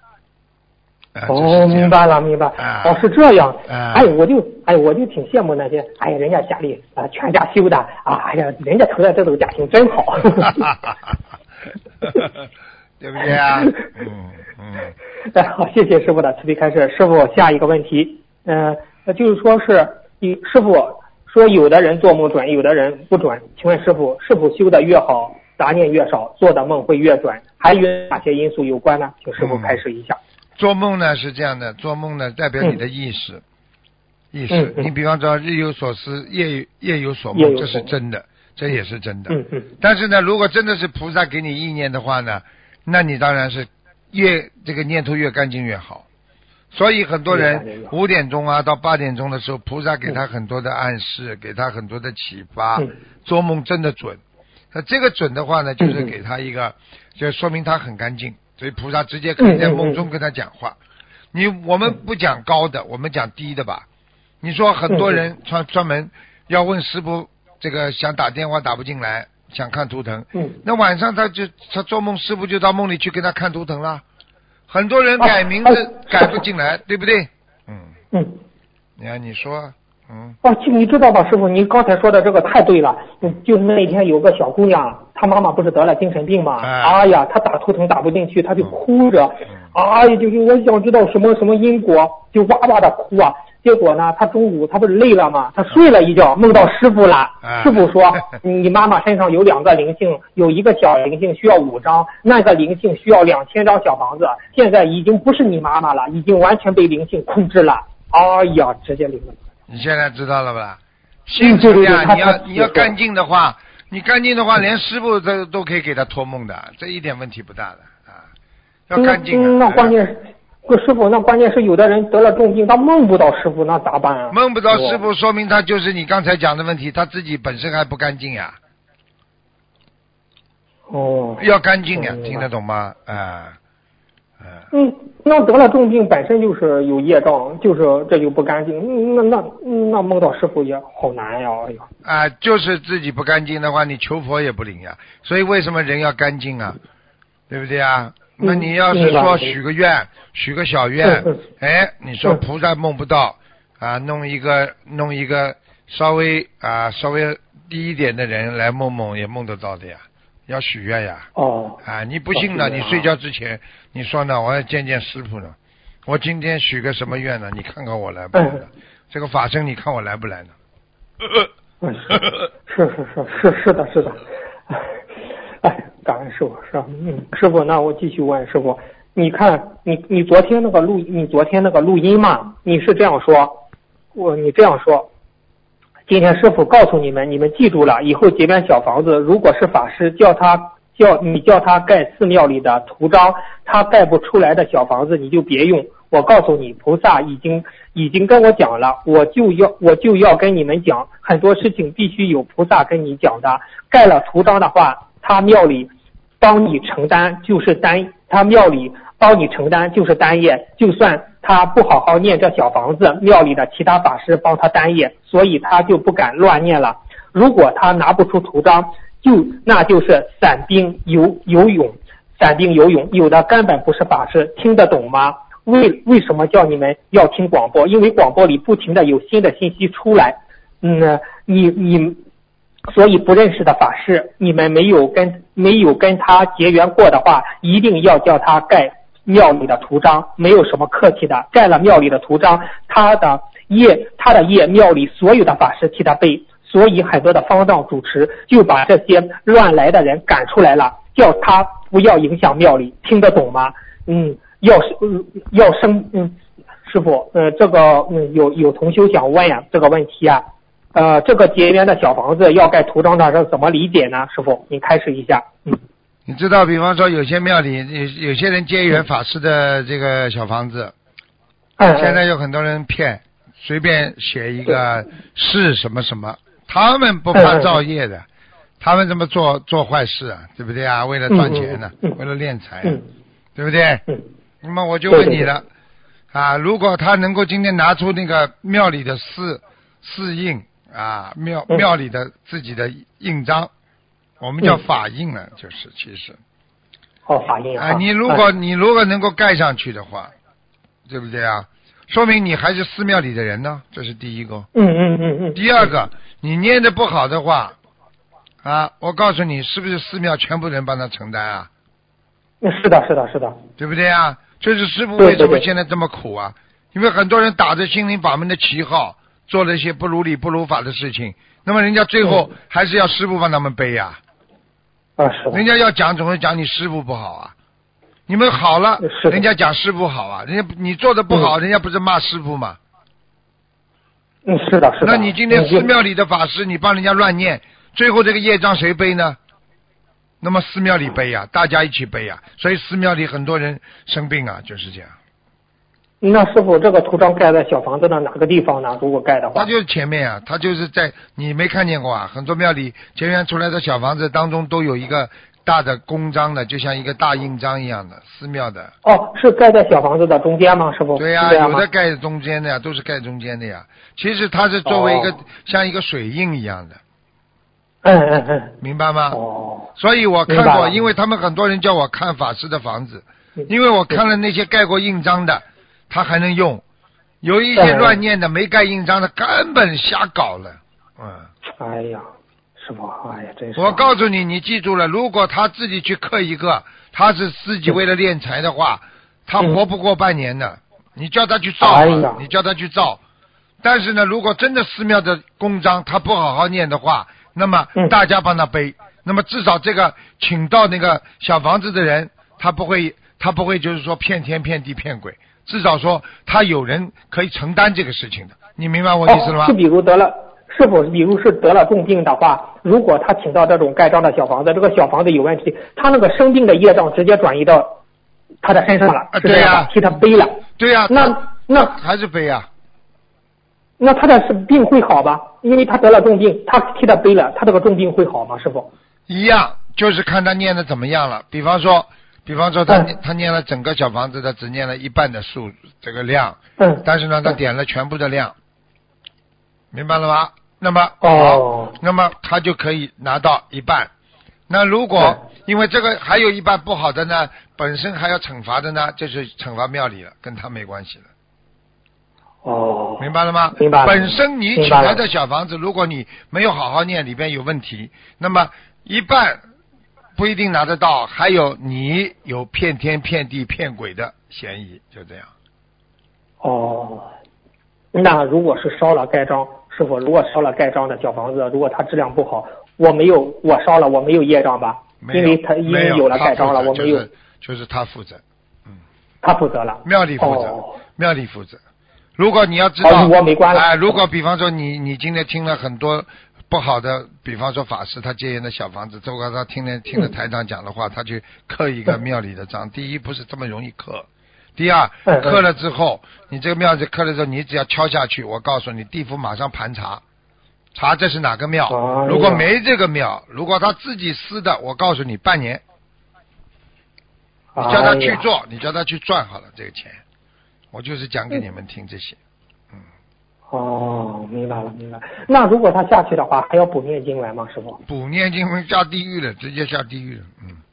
明白了。是这样。我就挺羡慕那些人家家里全家修的人家投在这种家庭真好。 对不对啊？ 好，谢谢师傅的慈悲开示。师傅，下一个问题，就是说是师傅说有的人做梦准，有的人不准，请问师傅是否修的越好，杂念越少，做的梦会越准，还与哪些因素有关呢？请师傅开示一下。 做梦呢是这样的，做梦呢代表你的意识。你比方说日有所思，夜有所梦，这是真的，这也是真的。但是呢，如果真的是菩萨给你意念的话呢，那你当然是这个念头越干净越好。所以很多人5点钟到8点钟的时候，菩萨给他很多的暗示，给他很多的启发，做梦真的准。那这个准的话呢，就是给他一个，就说明他很干净，所以菩萨直接可以在梦中跟他讲话。我们不讲高的，我们讲低的吧。你说很多人专门要问师傅，这个想打电话打不进来，想看图腾，那晚上他做梦，师傅就到梦里去给他看图腾了。很多人改名字改不进来，对不对？你说你知道吧，师傅，你刚才说的这个太对了。就是那天有个小姑娘，她妈妈不是得了精神病嘛？她打图腾打不进去，她就哭着，就是我想知道什么因果，就哇哇的哭啊。结果呢，她中午她不是累了吗？她睡了一觉，梦到师傅了。师傅说，你妈妈身上有2个灵性，有一个小灵性需要5张，那个灵性需要2000张小房子，现在已经不是你妈妈了，已经完全被灵性控制了。直接灵了。 你现在知道了吧？心这样，你要干净的话，连师傅都可以给他托梦的，这一点问题不大的要干净。 那关键师傅，那关键是有的人得了重病，他梦不到师傅，那咋办啊？ 梦不到师傅，说明他就是你刚才讲的问题，他自己本身还不干净呀。要干净呀，听得懂吗？ 那得了重病本身就是有业障，就是这就不干净，那梦到师傅也好难呀。 就是自己不干净的话，你求佛也不灵呀。所以为什么人要干净啊？对不对啊？那你要是说许个愿，许个小愿，你说菩萨梦不到弄一个稍微低一点的人来梦也梦得到的呀。要许愿呀。你不信呢，你睡觉之前你说呢，我要见师傅呢，我今天许个什么愿呢？你看看我来不来呢？这个法身你看我来不来呢？ 感恩师傅，是吧？师傅，那我继续问师傅，你看你昨天那个录音嘛，你是这样说，你这样说，今天师傅告诉你们记住了，以后结缘小房子，如果是法师叫他盖寺庙里的图章，他盖不出来的小房子你就别用。我告诉你，菩萨已经跟我讲了，我就要跟你们讲，很多事情必须有菩萨跟你讲的。盖了图章的话，他庙里帮你承担就是单业，就算他不好好念这小房子，庙里的其他法师帮他单业，所以他就不敢乱念了。如果他拿不出图章，那就是散兵游泳，有的根本不是法师，听得懂吗？为什么叫你们要听广播？因为广播里不停的有新的信息出来，所以不认识的法师，你们没有跟他结缘过的话，一定要叫他盖庙里的图章，没有什么客气的。盖了庙里的图章，他的业庙里所有的法师替他背，所以很多的方丈主持就把这些乱来的人赶出来了，叫他不要影响庙里，听得懂吗？师傅，这个有同修想问呀，这个问题啊，这个结缘的小房子要盖图章的是怎么理解呢？师傅，您开示一下。 你知道，比方说有些庙里有些人结缘法师的这个小房子，现在有很多人骗，随便写一个是什么什么，他们不怕造业的，他们怎么做坏事啊？对不对啊？为了赚钱呢，为了敛财，对不对？那么我就问你了，如果他能够今天拿出那个庙里的四印啊，庙里的自己的印章，我们叫法印了，就是其实。 法印你如果能够盖上去的话，对不对啊？说明你还是寺庙里的人呢，这是第一个。第二个，你念的不好的话，我告诉你，是不是寺庙全部人帮他承担啊？ 是的， 对不对啊？这是师父为什么现在这么苦啊？因为很多人打着心灵法门的旗号，做了一些不如理不如法的事情，那么人家最后还是要师父帮他们背呀。 是的。 人家要讲总是讲你师父不好啊，你们好了，人家讲师父好啊，人家你做的不好，人家不是骂师父吗？ 是的。 那你今天寺庙里的法师，你帮人家乱念，最后这个业障谁背呢？那么寺庙里背呀，大家一起背呀，所以寺庙里很多人生病啊，就是这样。 那师傅，这个图章盖在小房子的哪个地方呢？如果盖的话， 它就是前面啊，它就是在你没看见过啊？很多庙里结缘出来的小房子当中都有一个大的公章的，就像一个大印章一样的，寺庙的。 是盖在小房子的中间吗？师傅？ 对呀，有的盖在中间的呀，都是盖中间的呀。其实它是作为一个像一个水印一样的。明白吗？所以我看过，因为他们很多人叫我看法师的房子，因为我看了那些盖过印章的，他还能用；有一些乱念的没盖印章的，根本瞎搞了。 哎呀，师傅，真是。 我告诉你，你记住了，如果他自己去刻一个，他是自己为了敛财的话，他活不过半年的。你叫他去造，你叫他去造。但是呢，如果真的寺庙的公章他不好好念的话，那么大家帮他背，那么至少这个请到那个小房子的人，他不会就是说骗天骗地骗鬼，至少说他有人可以承担这个事情的，你明白我意思了吗？ 是比如是得了重病的话，如果他请到这种盖章的小房子，这个小房子有问题，他那个生病的业障直接转移到他的身上了， 对呀， 替他背了。 对呀， 那还是背呀。 那他的病会好吧？因为他得了重病，他替他背了，他这个重病会好吗？师傅？ 一样，就是看他念的怎么样了。比方说他念了整个小房子的，只念了一半的数这个量，但是呢，他点了全部的量，明白了吗？那么那么他就可以拿到一半。那如果因为这个还有一半不好的呢，本身还要惩罚的呢，就是惩罚庙里了，跟他没关系了。明白了吗？ 明白了。 本身你取来的小房子，如果你没有好好念，里边有问题，那么一半不一定拿得到，还有你有骗天骗地骗鬼的嫌疑，就这样。 那如果是烧了盖章，师傅，如果烧了盖章的小房子，如果它质量不好，我烧了，我没有业障吧？ 因为他已经有了盖章了，我没有。 就是他负责， 他负责了。 庙里负责，庙里负责。如果你要知道， 我没关了。 如果比方说你今天听了很多不好的，比方说法师他戒烟的小房子，如果他听了台长讲的话，他去刻一个庙里的章，第一不是这么容易刻。第二，刻了之后，你这个庙子刻了之后，你只要敲下去，我告诉你，地府马上盘查这是哪个庙。如果没这个庙，如果他自己私的，我告诉你半年。你叫他去做，你叫他去赚好了这个钱。我就是讲给你们听这些。 明白了。那如果他下去的话，还要补念经文吗，师傅？ 补念经文下地狱了，直接下地狱了。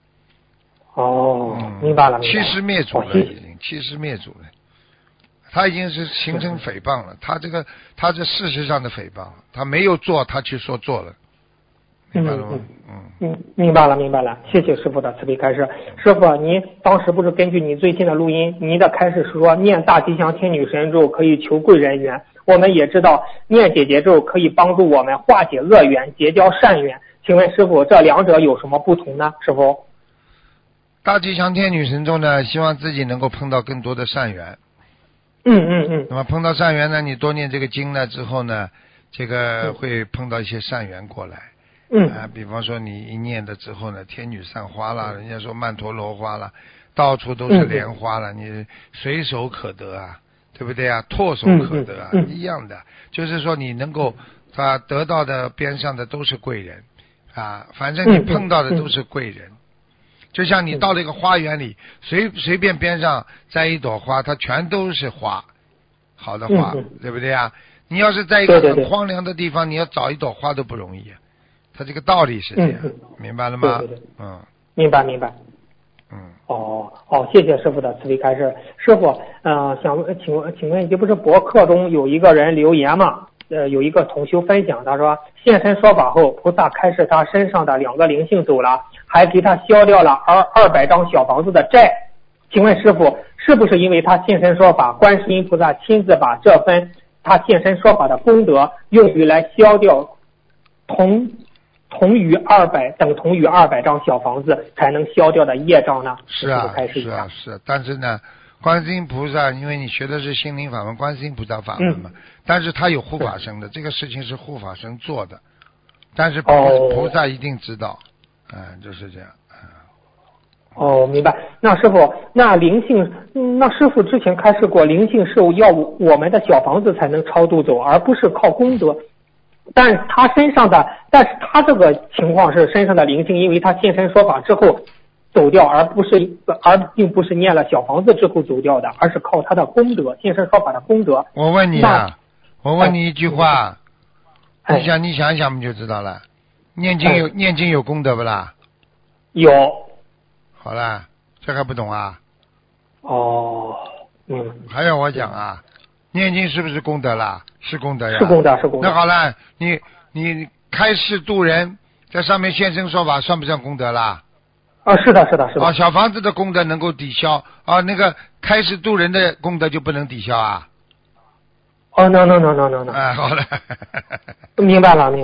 明白了。 欺师灭祖了，已经欺师灭祖了。他已经是形成诽谤了，他这事实上的诽谤，他没有做，他去说做了。明白了吗？ 明白了。谢谢师傅的慈悲开示。师傅，您当时不是根据你最新的录音，您的开示是说念大吉祥天女神咒可以求贵人缘。我们也知道念姐姐咒可以帮助我们化解恶缘，结交善缘。请问师傅，这两者有什么不同呢？师傅， 大吉祥天女神咒呢，希望自己能够碰到更多的善缘。那么碰到善缘呢，你多念这个经呢之后呢，这个会碰到一些善缘过来。比方说你一念的之后呢，天女散花啦，人家说曼陀罗花啦，到处都是莲花了，你随手可得啊，对不对啊？唾手可得啊，一样的，就是说你能够得到的边上的都是贵人啊，反正你碰到的都是贵人。就像你到了一个花园里，随便边上栽一朵花，它全都是花，好的花，对不对啊？你要是在一个很荒凉的地方，你要找一朵花都不容易啊。它这个道理是这样，明白了吗？ 对。明白。谢谢师傅的慈悲开示。师傅，请问，这不是博客中有一个人留言吗？有一个同修分享，他说现身说法后，菩萨开示他身上的2个灵性走了，还给他消掉了200张小房子的债。请问师傅，是不是因为他现身说法，观世音菩萨亲自把这份他现身说法的功德用于来消掉等同于200张小房子才能消掉的业障呢？ 是啊，但是呢，观世音菩萨，因为你学的是心灵法门，观世音菩萨法门嘛，但是他有护法神的，这个事情是护法神做的，但是菩萨一定知道，就是这样。 明白。那师傅，那师傅之前开示过，灵性是要我们的小房子才能超度走，而不是靠功德。但是他这个情况是身上的灵性，因为他现身说法之后走掉，而并不是念了小房子之后走掉的，而是靠他的功德，现身说法的功德。 我问你一句话，你想一想不就知道了？念经有功德不啦？ 有。 好了，这还不懂啊？还要我讲啊？念经是不是功德啦？是功德呀。 是功德。 那好了，你开示度人，在上面现身说法，算不算功德啦？ 是的。 小房子的功德能够抵消那个开示度人的功德就不能抵消啊 ？No。 好了。 明白了。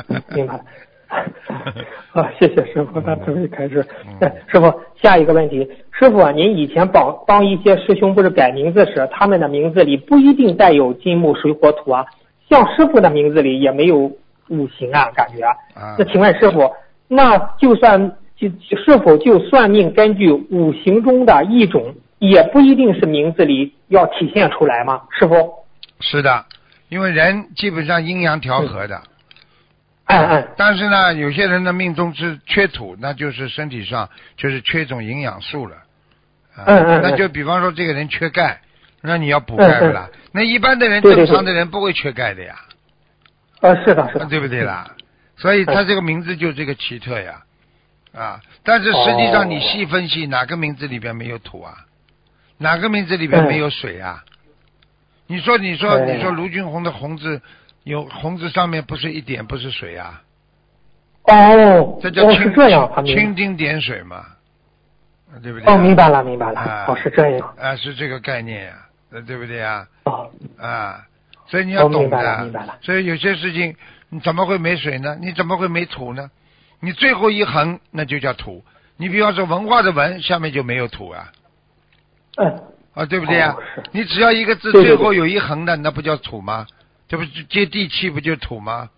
谢谢师傅的慈悲开示。师傅，下一个问题，师傅您以前帮一些师兄不是改名字时，他们的名字里不一定带有金木水火土啊，像师傅的名字里也没有五行啊，感觉那请问师傅，那是否就算命根据五行中的一种，也不一定是名字里要体现出来吗？师傅？ 是的，因为人基本上阴阳调和的。但是呢，有些人的命中是缺土，那就是身体上就是缺一种营养素了。那就比方说这个人缺钙，那你要补钙不啦？那一般的人正常的人不会缺钙的呀。 是的。 对不对啦？所以他这个名字就这个奇特呀。但是实际上你细分析，哪个名字里边没有土啊？哪个名字里边没有水啊？你说卢俊宏的宏字有红字上面不是一点不是水啊？这叫蜻蜓点水嘛，对不对？ 明白了。是这样。 是这个概念呀，对不对啊？所以你要懂的。 明白了。 所以有些事情你怎么会没水呢？你怎么会没土呢？ 你最后一横那就叫土。你比方说文化的文下面就没有土啊。对不对啊？你只要一个字最后有一横的，那不叫土吗？这不接地气不就土吗？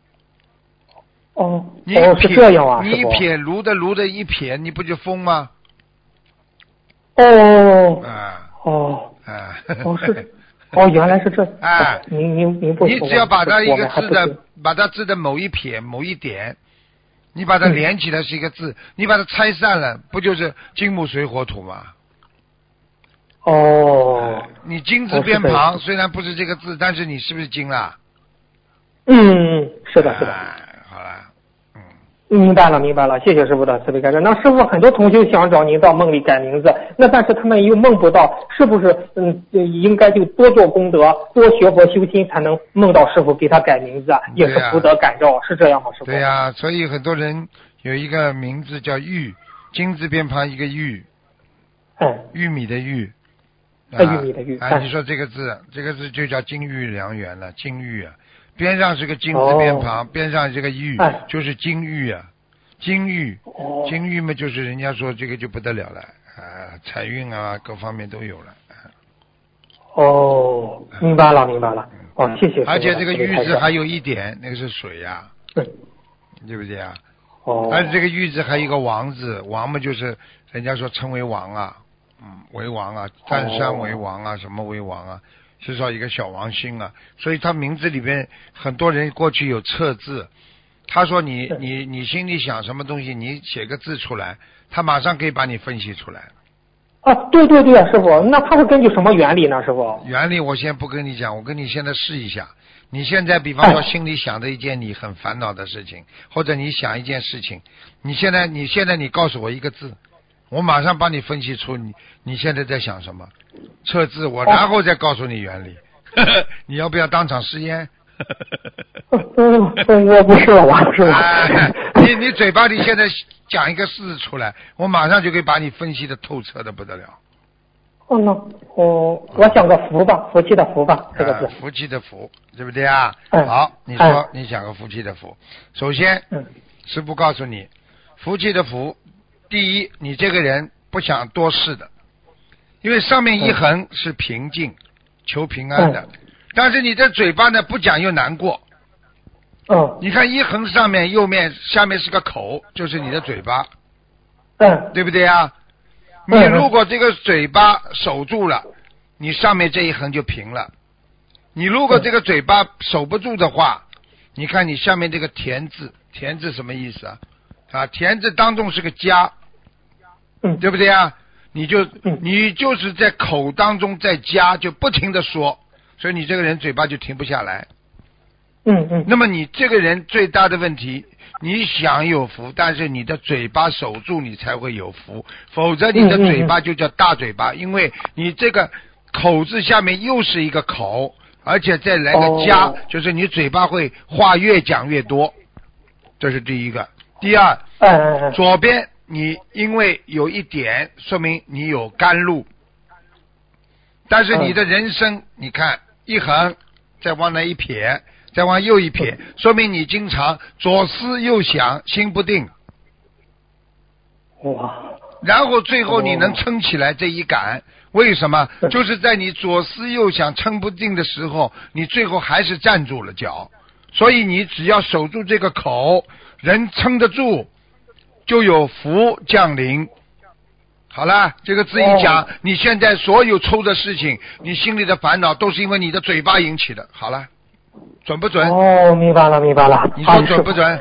是这样啊。 你一撇炉的一撇，你不就风吗？ 原来是这。您不。 你只要把它一个字的，把它字的某一撇某一点，你把它连起来是一个字，你把它拆散了，不就是金木水火土吗？你金字边旁虽然不是这个字，但是你是不是金啦？ 是的。 好了。 明白了，谢谢师傅的慈悲开示。那师傅，很多同学想找您到梦里改名字，那但是他们又梦不到，是不是应该就多做功德，多学佛修心，才能梦到师傅给他改名字，也是福德感召，是这样吗？师傅？ 对呀，所以很多人有一个名字叫玉，金字边旁一个玉，玉米的玉， 玉米的玉。 你说这个字就叫金玉良缘了，金玉啊。边上是个金字边旁，边上这个玉就是金玉啊，金玉嘛，就是人家说这个就不得了了财运啊各方面都有了。 明白了。谢谢。 而且这个玉字还有一点，那个是水呀，对不对啊？而且这个玉字还有一个王字，王嘛就是人家说称为王啊，为王啊，占山为王啊，什么为王啊？至少一个小王星啊，所以他名字里边很多人过去有测字，他说你心里想什么东西，你写个字出来，他马上可以把你分析出来。 对啊，师傅，那他是根据什么原理呢？师傅？原理我先不跟你讲，我跟你现在试一下。你现在比方说心里想的一件你很烦恼的事情，或者你想一件事情，你现在你告诉我一个字，我马上帮你分析出你现在在想什么，测字我然后再告诉你原理。你要不要当场试验？ 我不是你嘴巴里现在讲一个字出来，我马上就可以把你分析的透彻的不得了。 我想个福吧，福气的福吧，这个字。 福气的福，对不对啊？好，你说你想个福气的福。首先，师父告诉你，福气的福，第一，你这个人不想多事的，因为上面一横是平静，求平安的，但是你的嘴巴呢不讲又难过。你看一横上面右面下面是个口，就是你的嘴巴，对不对啊？你如果这个嘴巴守住了，你上面这一横就平了。你如果这个嘴巴守不住的话，你看你下面这个田字什么意思啊？田字当中是个加，对不对啊？你就是在口当中在加，就不停的说，所以你这个人嘴巴就停不下来。那么你这个人最大的问题，你想有福，但是你的嘴巴守住，你才会有福，否则你的嘴巴就叫大嘴巴，因为你这个口字下面又是一个口，而且再来个加，就是你嘴巴会话越讲越多，这是第一个。第二，左边你因为有一点，说明你有甘露，但是你的人生，你看一横，再往那一撇，再往右一撇，说明你经常左思右想，心不定。然后最后你能撑起来这一杆，为什么？就是在你左思右想撑不定的时候，你最后还是站住了脚。所以你只要守住这个口，人撑得住，就有福降临。好了，这个字一讲，你现在所有抽的事情，你心里的烦恼都是因为你的嘴巴引起的。好了，准不准？ 明白了。 你说准不准？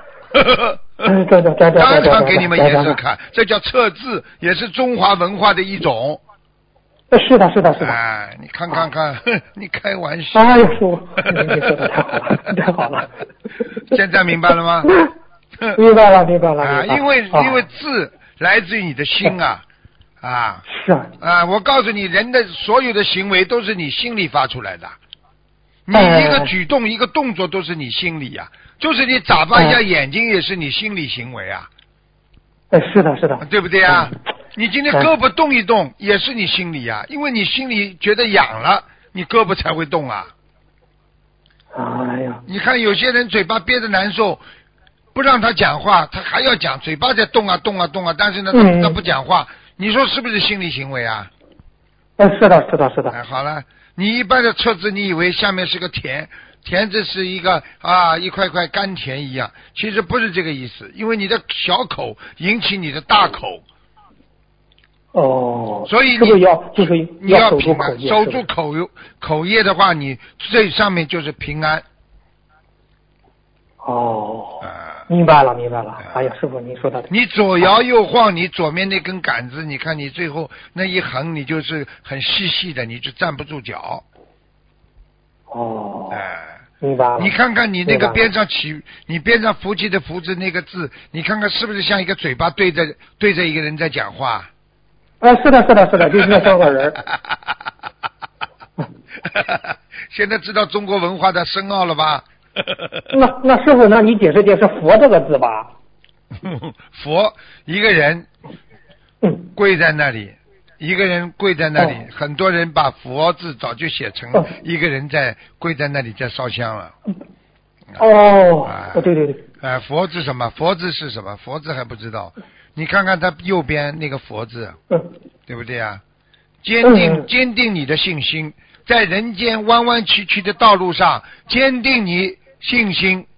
对， 当场给你们颜色看，这叫测字，也是中华文化的一种。 是的。 你看，你开玩笑。 哎呦，你说的太好了。 现在明白了吗？ 明白了。 因为字来自于你的心啊。 是我告诉你，人的所有的行为都是你心里发出来的。你一个举动一个动作都是你心里呀，就是你眨巴一下眼睛也是你心理行为啊。 是的， 对不对啊？你今天胳膊动一动也是你心里啊，因为你心里觉得痒了，你胳膊才会动啊。 哎呀， 你看有些人嘴巴憋着难受， 不让他讲话，他还要讲，嘴巴在动啊动啊动啊，但是呢他不讲话，你说是不是心理行为啊？ 是的是的是的。 好了，你一般的测字你以为下面是个田字是一个一块块甘甜一样，其实不是这个意思，因为你的小口引起你的大口。 所以你要守住口业，守住口业的话，你最上面就是平安。 明白了。哎呀，师傅您说的。 你左摇右晃，你左面那根杆子，你看你最后那一横，你就是很细的，你就站不住脚。 明白了。 你看看你那个边上你边上福气的福字那个字，你看看是不是像一个嘴巴对着一个人在讲话？ 是的，就是那像个人。 现在知道中国文化的深奥了吧？ 那师傅，那你解释佛这个字吧？ 佛一个人跪在那里，很多人把佛字早就写成一个人在跪在那里在烧香了。 对。 佛字什么？佛字是什么？佛字还不知道？你看看他右边那个佛字，对不对啊？坚定你的信心，在人间弯弯曲曲的道路上，坚定你信心。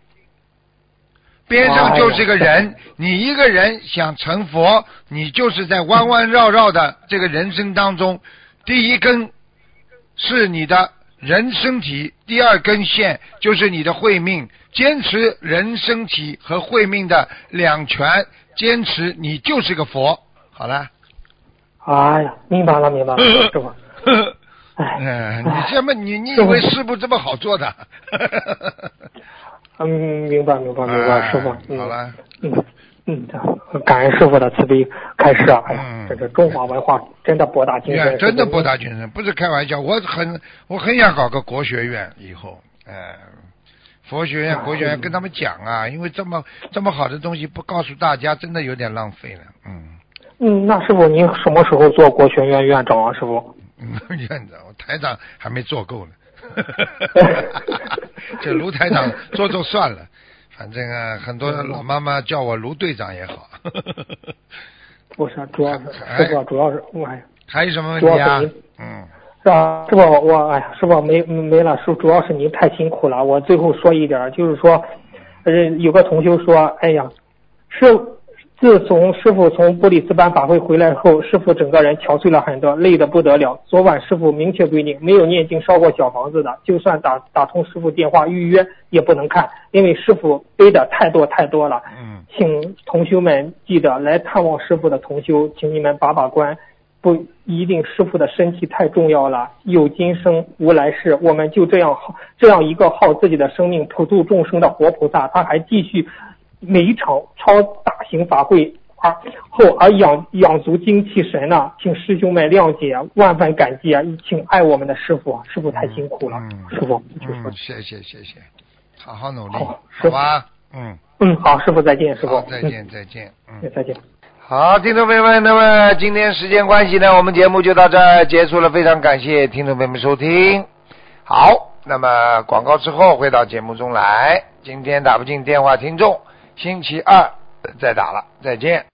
边上就是个人，你一个人想成佛，你就是在弯弯绕绕的这个人生当中，第一根是你的人身体，第二根线就是你的慧命，坚持人身体和慧命的两全，坚持你就是个佛。好了。 哎呀，明白了，师傅。 你这么你以为师傅这么好做的？ 明白，师傅。 好了。 感恩师傅的慈悲开示啊！哎呀，这是中华文化真的博大精深， 真的博大精深，不是开玩笑。我很想搞个国学院以后，佛学院、国学院跟他们讲啊，因为这么好的东西不告诉大家，真的有点浪费了。 那师傅您什么时候做国学院院长啊？师傅？ 院长，我台长还没做够呢。这卢台长做算了，反正很多老妈妈叫我卢队长也好。 不是，主要是师傅，主要是还有什么问题啊？ 是啊，师傅，师傅没了，主要是您太辛苦了。我最后说一点，就是说，有个同修说，哎呀，自从师傅从布里斯班法会回来后，师傅整个人憔悴了很多，累得不得了。昨晚师傅明确规定，没有念经烧过小房子的，就算打通师傅电话预约也不能看，因为师傅背的太多了。请同修们记得来探望师傅的同修，请你们把关，不一定师傅的身体太重要了，有今生无来世，我们就这样一个耗自己的生命普度众生的活菩萨，他还继续每一场超大型法会而养足精气神呢，请师兄们谅解，万分感激啊！请爱我们的师傅，师傅太辛苦了，师傅。 谢谢，好好努力，好吧？ 好，师傅再见，师傅。 再见。 再见。 好，听众朋友们，那么今天时间关系呢，我们节目就到这儿结束了，非常感谢听众朋友们收听。好，那么广告之后回到节目中来，今天打不进电话听众，星期二再打了，再见。